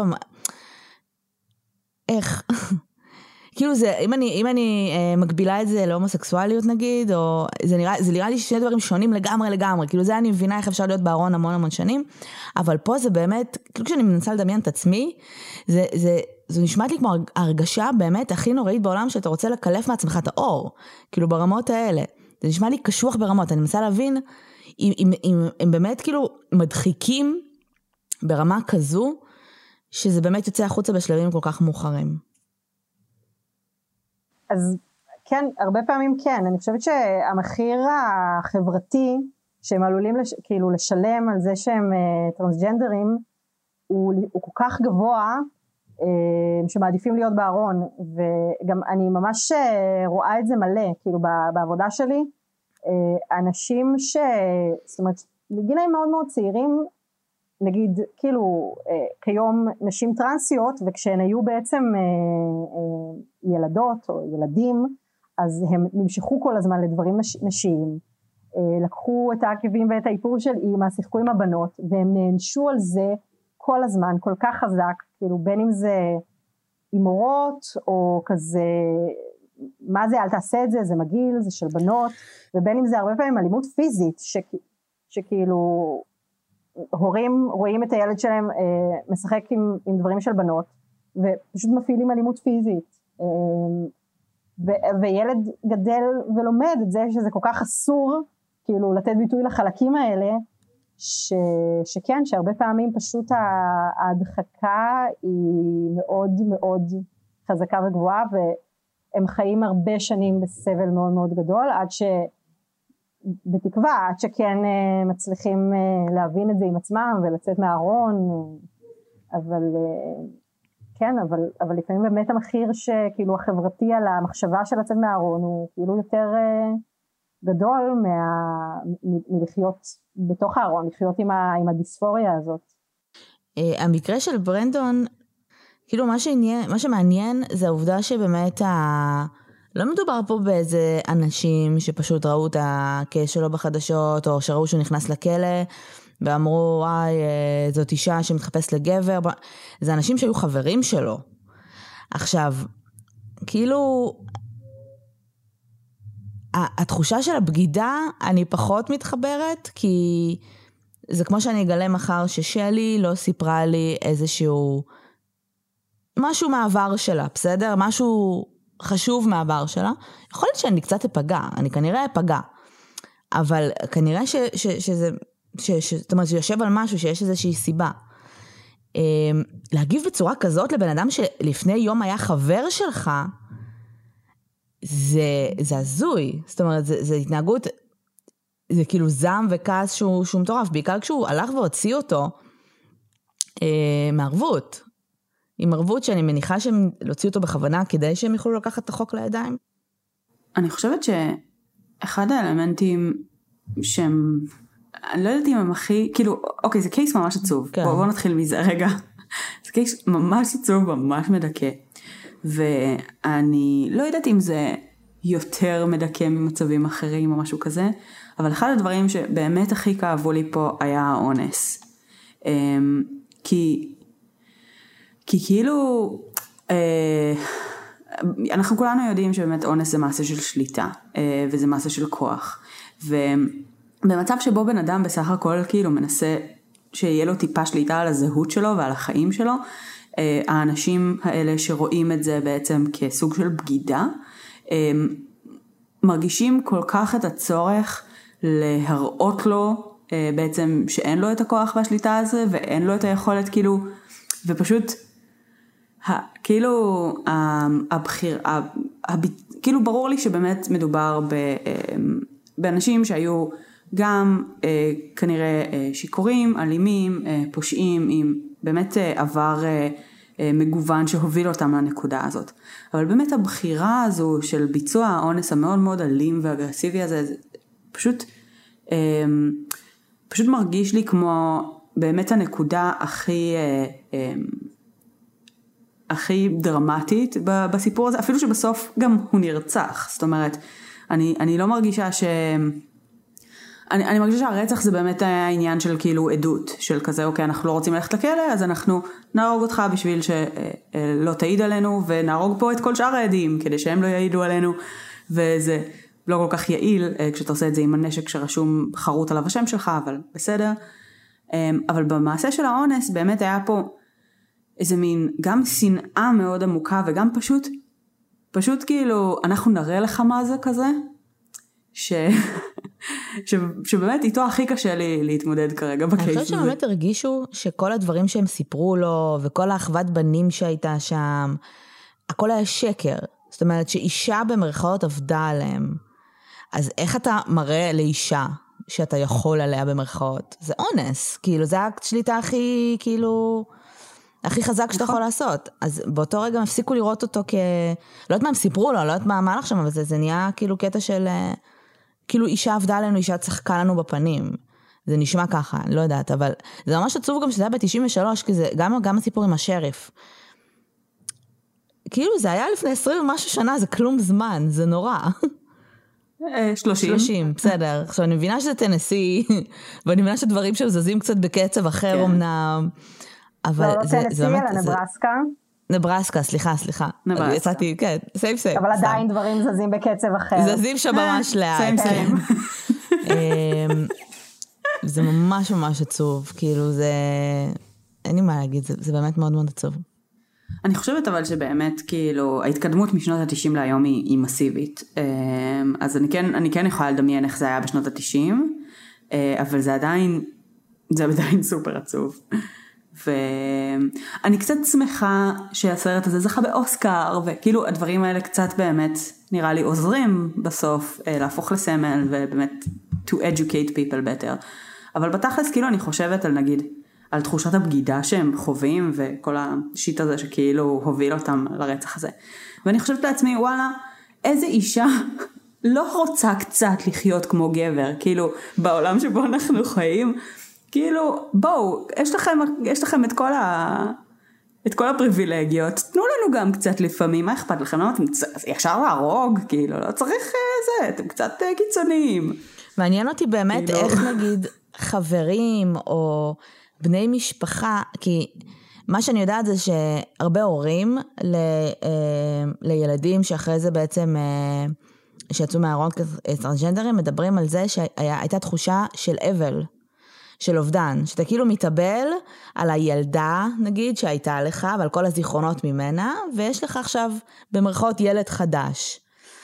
איך? כאילו זה, אם אני מקבילה את זה להומוסקסואליות נגיד, או זה נראה לי שני דברים שונים לגמרי, כאילו זה אני מבינה איך אפשר להיות בארון המון המון שנים, אבל פה זה באמת, כאילו כשאני מנסה לדמיין את עצמי, זה נשמעת לי כמו הרגשה באמת הכי נוראית בעולם, שאתה רוצה לקלף מעצמך את האור, כאילו ברמות האלה, זה נשמע לי קשוח ברמות, אני מנסה להבין, אם הם באמת כאילו מדחיקים ברמה כזו, שזה באמת יוצא החוצה בשלבים כל כך מאוחרים. אז כן, הרבה פעמים כן, אני חושבת שהמחיר החברתי שהם עלולים כאילו לשלם על זה שהם טרנסג'נדרים, הוא כל כך גבוה, שמעדיפים להיות בארון, וגם אני ממש רואה את זה מלא, כאילו בעבודה שלי, אנשים זאת אומרת, בגילאים מאוד מאוד צעירים, נגיד כאילו כיום נשים טרנסיות, וכשהן היו בעצם ילדות או ילדים, אז הם נמשכו כל הזמן לדברים נשיים, לקחו את העקבים ואת האיפור של אימא, שיחקו עם הבנות, והם נענשו על זה כל הזמן, כל כך חזק, כאילו בין אם זה אימורות, או כזה, מה זה, אל תעשה את זה, זה מגעיל, זה של בנות, ובין אם זה הרבה פעמים אלימות פיזית, שכאילו, הורים רואים את הילד שלהם משחק עם דברים של בנות, ופשוט מפעילים אלימות פיזית, וילד גדל ולומד את זה שזה כל כך אסור, כאילו לתת ביטוי לחלקים האלה, שכן, שהרבה פעמים פשוט ההדחקה היא מאוד מאוד חזקה וגבוהה, והם חיים הרבה שנים בסבל מאוד מאוד גדול, בתקווה, עד שכן מצליחים להבין את זה עם עצמם ולצאת מהארון, אבל כן, אבל לפעמים באמת המחיר שכאילו החברתי על המחשבה של לצאת מהארון הוא כאילו יותר גדול מלחיות בתוך הארון, לחיות עם הדיספוריה הזאת. המקרה של ברנדון, כאילו מה שמעניין זה העובדה שבאמת לא מדובר פה באיזה אנשים שפשוט ראו את הקייס שלו בחדשות, או שראו שהוא נכנס לכלא, ואמרו, וואי, זאת אישה שמתחפש לגבר, זה אנשים שהיו חברים שלו. עכשיו, כאילו, התחושה של הבגידה, אני פחות מתחברת, כי זה כמו שאני אגלה מחר ששלי לא סיפרה לי איזשהו, משהו מהעבר שלה, בסדר? משהו חשוב מהעבר שלה. יכול להיות שאני קצת אפגע, אני כנראה אפגע, אבל כנראה שזה, זאת אומרת, שיושב על משהו שיש איזושהי סיבה. להגיב בצורה כזאת לבן אדם שלפני יום היה חבר שלך, זה הזוי. זאת אומרת, זה התנהגות, זה כאילו זעם וכעס שהוא מטורף, בעיקר כשהוא הלך והוציא אותו מערבות. עם ערבות שאני מניחה שהם להוציא אותו בכוונה כדי שהם יוכלו לקחת את החוק לידיים. אני חושבת שאחד האלמנטים שהם, אני לא יודעת אם הם הכי, כאילו, אוקיי, זה קייס ממש עצוב. כן. בואו נתחיל מזה רגע. זה קייס ממש עצוב, ממש מדכא. ואני לא יודעת אם זה יותר מדכא ממצבים אחרים או משהו כזה, אבל אחד הדברים שבאמת הכי כאבו לי פה היה האונס. כי כאילו, אנחנו כולנו יודעים שבאמת אונס זה מעשה של שליטה, וזה מעשה של כוח. ובמצב שבו בן אדם בסך הכל כאילו מנסה שיהיה לו טיפה שליטה על הזהות שלו ועל החיים שלו, האנשים האלה שרואים את זה בעצם כסוג של בגידה, מרגישים כל כך את הצורך להראות לו בעצם שאין לו את הכוח והשליטה הזה, ואין לו את היכולת כאילו, ופשוט כאילו כאילו ברור לי שבאמת מדובר באנשים שהיו גם כנראה שיכורים, אלימים, פושעים, עם באמת עבר מגוון שהוביל אותם לנקודה הזאת. אבל באמת הבחירה הזו של ביצוע האונס המאוד מאוד אלים ואגרסיבי הזה, זה פשוט מרגיש לי כמו באמת הנקודה הכי הכי דרמטית בסיפור הזה, אפילו שבסוף גם הוא נרצח, זאת אומרת, אני לא מרגישה אני מרגישה שהרצח זה באמת העניין של כאילו עדות, של כזה, אוקיי, אנחנו לא רוצים ללכת לכלא, אז אנחנו נהרוג אותך בשביל שלא תעיד עלינו, ונהרוג פה את כל שאר העדים, כדי שהם לא יעידו עלינו, וזה לא כל כך יעיל, כשאתה עושה את זה עם הנשק שרשום חרוט עליו השם שלך, אבל בסדר. אבל במעשה של האונס, באמת היה פה איזה מין, גם שנאה מאוד עמוקה, וגם פשוט כאילו, אנחנו נראה לך מה זה כזה, שבאמת איתו הכי קשה לי להתמודד כרגע בקייס הזה. אני חושבת שבאמת הרגישו שכל הדברים שהם סיפרו לו, וכל האחוות בנים שהייתה שם, הכל היה שקר. זאת אומרת שאישה במרכאות עבדה עליהם. אז איך אתה מראה לאישה שאתה יכול עליה במרכאות? זה אונס, כאילו זה האקט שליטה הכי, כאילו, הכי חזק שאתה יכול לעשות. אז באותו רגע הפסיקו לראות אותו לא יודעת מה הם סיפרו לו, לא יודעת מה לך שם, אבל זה נהיה כאילו קטע של כאילו אישה עבדה עלינו, אישה צחקה לנו בפנים. זה נשמע ככה, אני לא יודעת, אבל זה ממש עצוב גם שזה היה ב-93, כי זה גם הסיפור עם השריף. כאילו זה היה לפני 20 ומשהו שנה, זה כלום זמן, זה נורא. 30, בסדר. עכשיו אני מבינה שזה טנסי, ואני מבינה שדברים שזזים קצת בקצב אחר אמנם, אבל לא טנסי, אלא נברסקה. נברסקה, סליחה. נברסקה. יצאתי, כן, סייף. אבל עדיין דברים זזים בקצב אחר. זזים שם ממש לאט. סיים. זה ממש ממש עצוב, כאילו זה, אין לי מה להגיד, זה באמת מאוד מאוד עצוב. אני חושבת אבל שבאמת כאילו ההתקדמות משנות ה-90 להיום היא מסיבית, אז אני כן יכולה לדמיין איך זה היה בשנות ה-90, אבל זה עדיין סופר עצוב. ואני קצת שמחה שהסרט הזה זכה באוסקר, וכאילו הדברים האלה קצת באמת נראה לי עוזרים בסוף להפוך לסמל ובאמת to educate people better. אבל בתכלס כאילו אני חושבת על נגיד על תחושת הבגידה שהם חווים וכל השיט הזה שכאילו הוביל אותם לרצח הזה. ואני חושבת לעצמי וואלה, איזה אישה לא רוצה קצת לחיות כמו גבר, כאילו בעולם שבו אנחנו חיים, כאילו בואו, יש לכם את כל הפריבילגיות, תנו לנו גם קצת לפעמים, מה אכפת לכם? לא, ישר להרוג, כאילו, לא צריך זה, אתם קצת קיצוניים. מעניין אותי באמת כאילו איך נגיד חברים או בני משפחה, כי מה שאני יודעת זה שהרבה הורים לילדים שאחרי זה בעצם שיצאו מהארון כטרנסג'נדרים, מדברים על זה שהייתה תחושה של אבל, של אובדן, שאתה כאילו מתאבל על הילדה, נגיד, שהייתה לך, ועל כל הזיכרונות ממנה, ויש לך עכשיו במרכאות ילד חדש.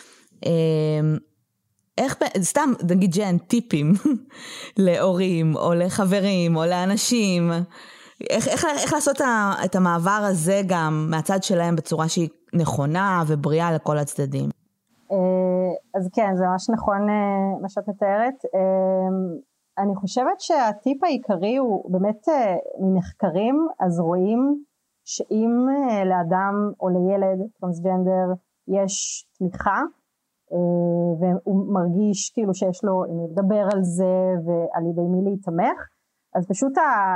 איך, סתם, נגיד ג'ן, טיפים להורים, או לחברים, או לאנשים, איך לעשות את המעבר הזה גם מהצד שלהם בצורה שהיא נכונה ובריאה לכל הצדדים? אז כן, זה ממש נכון מה שאת מתארת. אני חושבת שהטיפ העיקרי הוא באמת ממחקרים, אז רואים שאם לאדם או לילד טרנסג'נדר יש תמיכה, והוא מרגיש כאילו שיש לו אם לדבר על זה ועל ידי מי להתמך, אז פשוט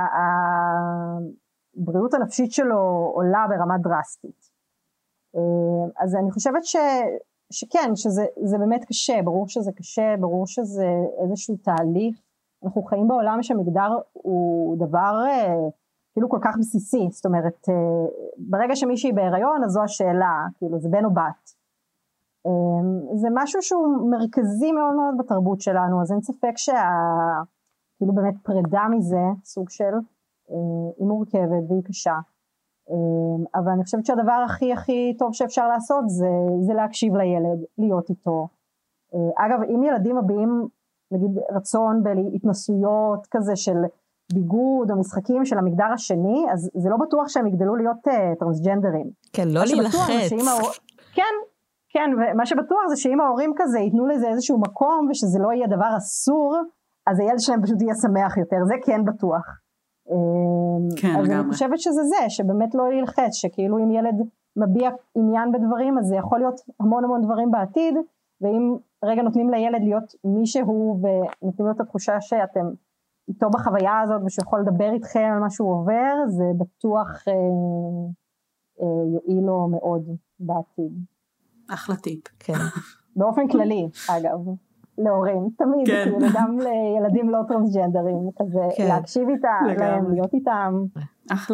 הבריאות הנפשית שלו עולה ברמה דרסטית. אז אני חושבת שכן, שזה באמת קשה, ברור שזה קשה, ברור שזה איזשהו תהליך. אנחנו חיים בעולם שמגדר הוא דבר כאילו כל כך בסיסי, זאת אומרת, ברגע שמישהי בהיריון, אז זו השאלה, כאילו זה בן או בת. זה משהו שהוא מרכזי מאוד מאוד בתרבות שלנו, אז אין ספק כאילו באמת פרידה מזה, סוג של, היא מורכבת והיא קשה. אבל אני חושבת שהדבר הכי טוב שאפשר לעשות זה להקשיב לילד, להיות איתו. אגב, אם ילדים מביעים, נגיד רצון בהתנסויות כזה של ביגוד או משחקים של המגדר השני, אז זה לא בטוח שהם יגדלו להיות טרנסג'נדרים. כן, לא להילחץ. כן, ומה שבטוח זה שאם ההורים כזה ייתנו לזה איזשהו מקום, ושזה לא יהיה דבר אסור, אז הילד שלהם פשוט יהיה שמח יותר, זה כן בטוח. כן, אז לגמרי. אני חושבת שזה שבאמת לא ילחץ, שכאילו אם ילד מביע עניין בדברים, אז זה יכול להיות המון המון דברים בעתיד, ואם רגע נותנים לילד להיות מישהו, ונותנים לו את התחושה שאתם איתו בחוויה הזאת, ושיכול לדבר איתכם על מה שהוא עובר, זה בטוח יועיל לו מאוד בעתיד. אחלה טיפ. כן. באופן כללי, אגב, להורים, תמיד, כאילו, גם לילדים לא טרנסג'נדרים, כזה, להקשיב איתם, להיות איתם. אחלה.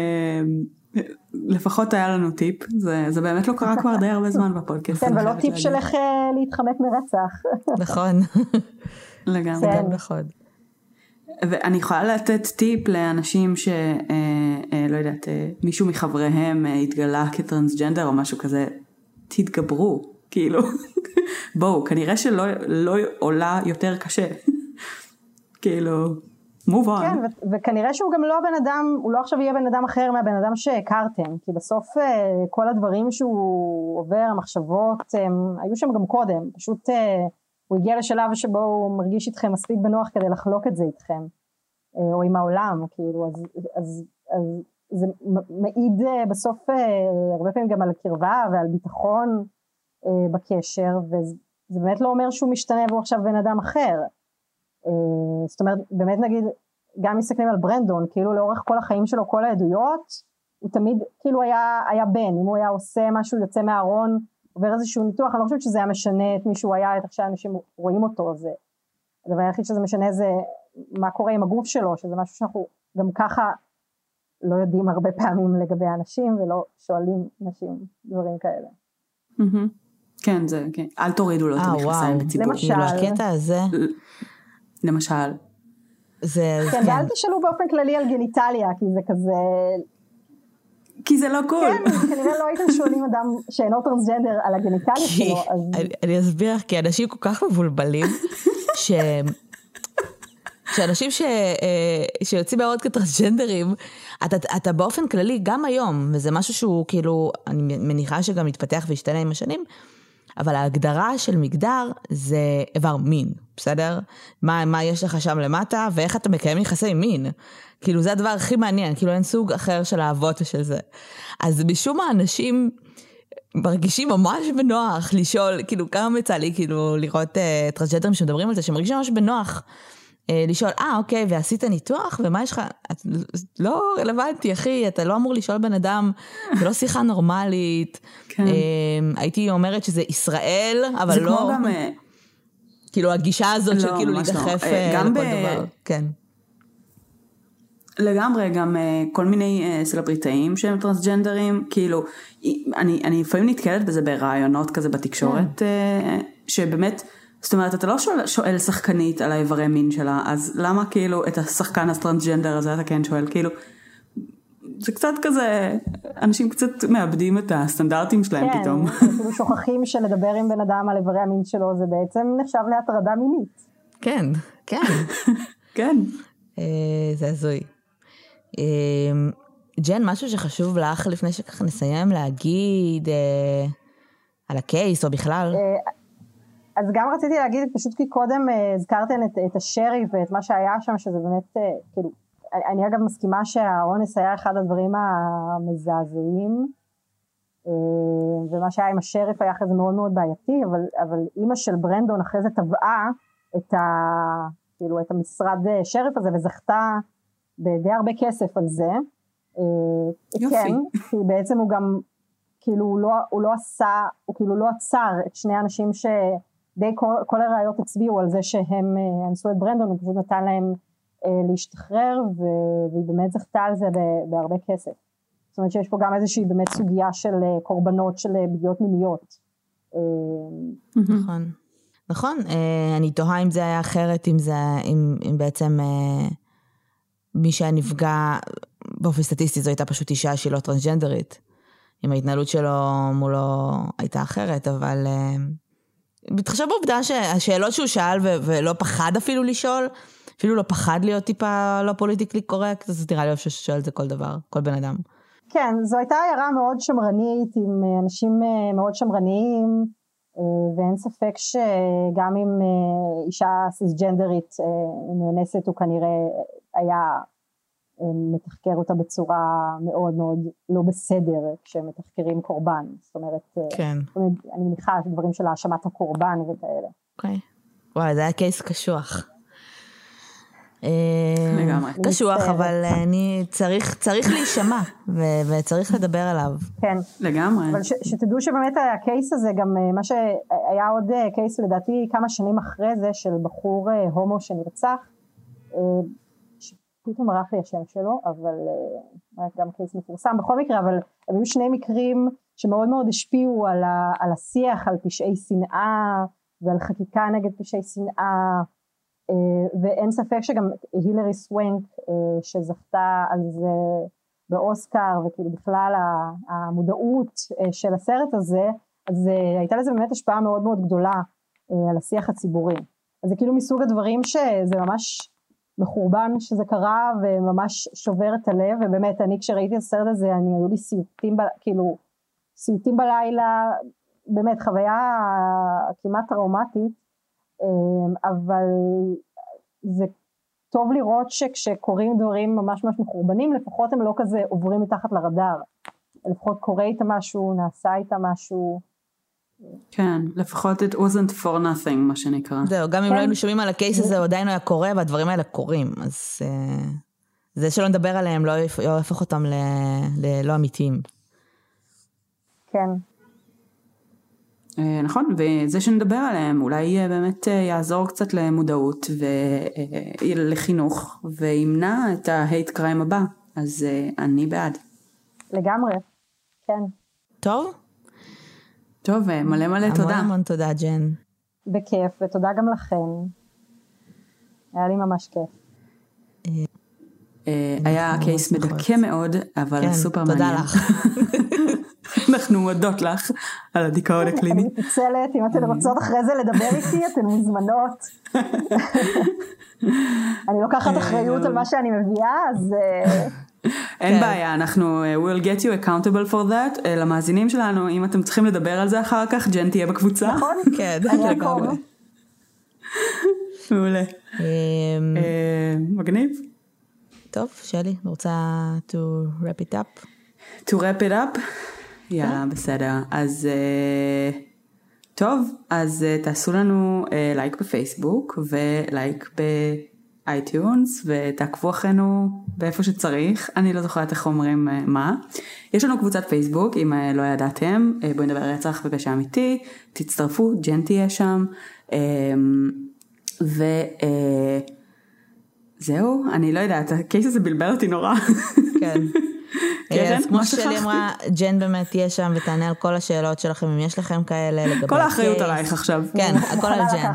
לפחות היה לנו טיפ, זה באמת לא קרה כבר די הרבה זמן בפודקאסט. כן, ולא טיפ של איך להתחמק מרצח. נכון. לגמרי. גם נכון. ואני יכולה לתת טיפ לאנשים שלא יודעת, מישהו מחבריהם התגלה כטרנסג'נדר או משהו כזה, תתגברו, כאילו, בואו, כנראה שלא עולה יותר קשה, כאילו, move on. כן, וכנראה שהוא גם לא בן אדם, הוא לא עכשיו יהיה בן אדם אחר מהבן אדם שהכרתם, כי בסוף כל הדברים שהוא עובר, המחשבות, היו שם גם קודם, פשוט הוא הגיע לשלב שבו הוא מרגיש איתכם מספיק בנוח כדי לחלוק את זה איתכם, או עם העולם, כאילו, אז זה מעיד בסוף הרבה פעמים גם על קרבה ועל ביטחון בקשר, וזה באמת לא אומר שהוא משתנה והוא עכשיו בן אדם אחר. זאת אומרת, באמת נגיד, גם מסתכלים על ברנדון, כאילו לאורך כל החיים שלו, כל העדויות, הוא תמיד כאילו היה בן, אם הוא היה עושה משהו, יוצא מהארון, עובר איזשהו ניתוח, אני לא חושבת שזה היה משנה את מי שהוא היה, את איך שאנשים רואים אותו, זה הדבר היחיד שזה משנה זה מה קורה עם הגוף שלו, שזה משהו שאנחנו גם ככה לא יודעים הרבה פעמים לגבי אנשים, ולא שואלים נשים דברים כאלה. כן, זה, כן. אל תורידו לו את המכנסיים בציבור. למשל. הקטע הזה. למשל. כן, ואל תשאלו באופן כללי על גניטליה, כי זה כזה... כי זה לא קול. כן, כנראה לא הייתם שואלים אדם שאינו טרנסג'נדר על הגניטליה שלו. אני אסביר, כי אנשים כל כך מבולבלים, שאנשים שיוצאים מאוד כטרנסג'נדרים, אתה באופן כללי גם היום, וזה משהו שהוא כאילו, אני מניחה שגם מתפתח וישתנה עם השנים, אבל ההגדרה של מגדר זה איבר מין, בסדר? מה יש לך שם למטה, ואיך אתה מקיים יחסי מין. כאילו זה הדבר הכי מעניין, כאילו אין סוג אחר של האבות של זה. אז משום מה אנשים מרגישים ממש בנוח לשאול, כאילו כמה מצא לי כאילו לראות טרנסג'נדרים שמדברים על זה, שמרגישים ממש בנוח לשאול, אוקיי, ועשית ניתוח, ומה יש לך? לא רלוונטי, אחי, אתה לא אמור לשאול בן אדם, זה לא שיחה נורמלית. הייתי אומרת שזה ישראל, אבל לא... זה כמו גם... כאילו הגישה הזאת של כאילו להידחף לכל דבר. כן. לגמרי, גם כל מיני סלבריטאים שהם טרנסג'נדרים, כאילו, אני לפעמים נתקלת בזה ברעיונות כזה בתקשורת, שבאמת... זאת אומרת, אתה לא שואל שחקנית על האיברי מין שלה, אז למה כאילו את השחקן הטרנסג'נדר הזה אתה כן שואל? כאילו, זה קצת כזה, אנשים קצת מאבדים את הסטנדרטים שלהם פתאום. כן, כאילו שוכחים שלדבר עם בן אדם על איברי המין שלו, זה בעצם נחשב להטרדה מינית. כן, כן. כן. זה הזוי. ג'ן, משהו שחשוב לך לפני שככה נסיים להגיד על הקייס או בכלל? אז גם רציתי להגיד, פשוט כי קודם הזכרתם את השרי ואת מה שהיה שם, שזה באמת, כאילו, אני אגב מסכימה שהאונס היה אחד הדברים המזעזעים, ומה שהיה עם השריף היה אחרי זה מאוד מאוד בעייתי, אבל אמא של ברנדון אחרי זה טבעה כאילו, את המשרד שריף הזה, וזכתה בדי הרבה כסף על זה. יופי. כן, כי בעצם הוא גם, כאילו, הוא לא עצר את שני האנשים די כל הראיות הצביעו על זה שהם אנסו את ברנדון, הוא פשוט נתן להם להשתחרר, והיא באמת זכתה על זה בהרבה כסף. זאת אומרת שיש פה גם איזושהי באמת סוגיה של קורבנות של פגיעות מיניות. נכון. נכון, אני תוהה אם זה היה אחרת, אם בעצם מי שהנפגע באופן סטטיסטי זו הייתה פשוט אישה שהיא לא טרנסג'נדרית. אם ההתנהלות שלו מולו הייתה אחרת, אבל... מתחשב בעובדה שהשאלות שהוא שאל ולא פחד אפילו לשאול, אפילו לא פחד להיות טיפה לא פוליטיקלי קורקט, אז נראה לי שהוא שואל את זה כל דבר, כל בן אדם. כן, זו הייתה עיירה מאוד שמרנית, עם אנשים מאוד שמרניים, ואין ספק שגם אם אישה סיסג'נדרית נאנסת, הוא כנראה היה מתחקר אותה בצורה מאוד מאוד לא בסדר, כשמתחקרים קורבן. זאת אומרת, כן. אני מניחה דברים של האשמת הקורבן וכאלה. אוקיי. וואי, זה היה קייס קשוח. לגמרי. קשוח, אבל אני צריך להישמע, וצריך לדבר עליו. כן. לגמרי. אבל שתדעו שבאמת הקייס הזה, גם מה שהיה עוד קייס לדעתי כמה שנים אחרי זה, של בחור הומו שנרצח, פתאום ערך לי השם שלו, אבל גם קייס מפורסם בכל מקרה, אבל הם היו שני מקרים שמאוד מאוד השפיעו על השיח, על פשעי שנאה, ועל חקיקה נגד פשעי שנאה, ואין ספק שגם הילרי סוונק שזכתה על זה באוסקר, וכאילו בכלל המודעות של הסרט הזה, אז הייתה לזה באמת השפעה מאוד מאוד גדולה על השיח הציבורי. אז זה כאילו מסוג הדברים שזה ממש מחורבן שזה קרה, וממש שובר את הלב, ובאמת אני כשראיתי את הסרט הזה, היו לי סיוטים בלילה, באמת חוויה כמעט טראומטית, אבל זה טוב לראות שכשקוראים דברים ממש ממש מחורבנים, לפחות הם לא כזה עוברים מתחת לרדאר, לפחות קורה איתה משהו, נעשה איתה משהו. כן, לפחות it wasn't for nothing, מה שנקרא. זהו, גם אם לא היינו שומעים על הקייס הזה, הוא עדיין היה קורה, והדברים האלה קורים, אז זה שלא נדבר עליהם לא יהפוך אותם ללא אמיתיים. כן. נכון, וזה שנדבר עליהם אולי באמת יעזור קצת למודעות ולחינוך, וימנע את ההייט קריים הבא, אז אני בעד. לגמרי, כן. טוב, מלא תודה. המון תודה, ג'ן. בכיף, ותודה גם לכם. היה לי ממש כיף. היה קייס מדכא מאוד, אבל סופר מעניין. תודה לך. אנחנו מודות לך על הדיכאון הקליני. אני מתנצלת, אם אתן רוצות אחרי זה לדבר איתי, אתן מוזמנות. אני לוקחת אחריות על מה שאני מביאה, אז... אין בעיה, אנחנו we'll get you accountable for that, למאזינים שלנו, אם אתם צריכים לדבר על זה אחר כך, ג'ן תהיה בקבוצה. נכון? כן, לגמרי. מעולה. מגניב. טוב, שלי, רוצה to wrap it up? To wrap it up? יאללה, בסדר. אז טוב, אז תעשו לנו לייק בפייסבוק ולייק באייטיונס, ותעקבו אחרינו באיפה שצריך. אני לא זוכרת איך אומרים מה. יש לנו קבוצת פייסבוק, אם לא ידעתם, בואי נדבר רצח ופשע אמיתי, תצטרפו, ג'ן תהיה שם, זהו, אני לא יודעת, הקייס הזה בלבל אותי נורא. כן. אז כמו שלי אמרה, ג'ן באמת תהיה שם ותענה על כל השאלות שלכם, אם יש לכם כאלה לגבי... כל האחריות עלייך עכשיו. כן, הכל על ג'ן.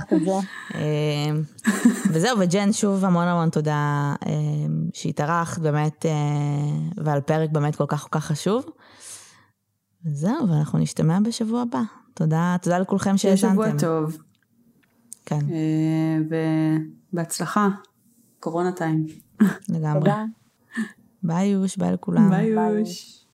וזהו, וג'ן שוב המון תודה שהתארחת באמת, ועל פרק באמת כל כך חשוב. וזהו, ואנחנו נשתמע בשבוע הבא. תודה לכולכם שהזנתם. שבוע טוב. כן. ובהצלחה. קורונה טיים. לגמרי. ביי יוש, ביי לכולם. ביי יוש.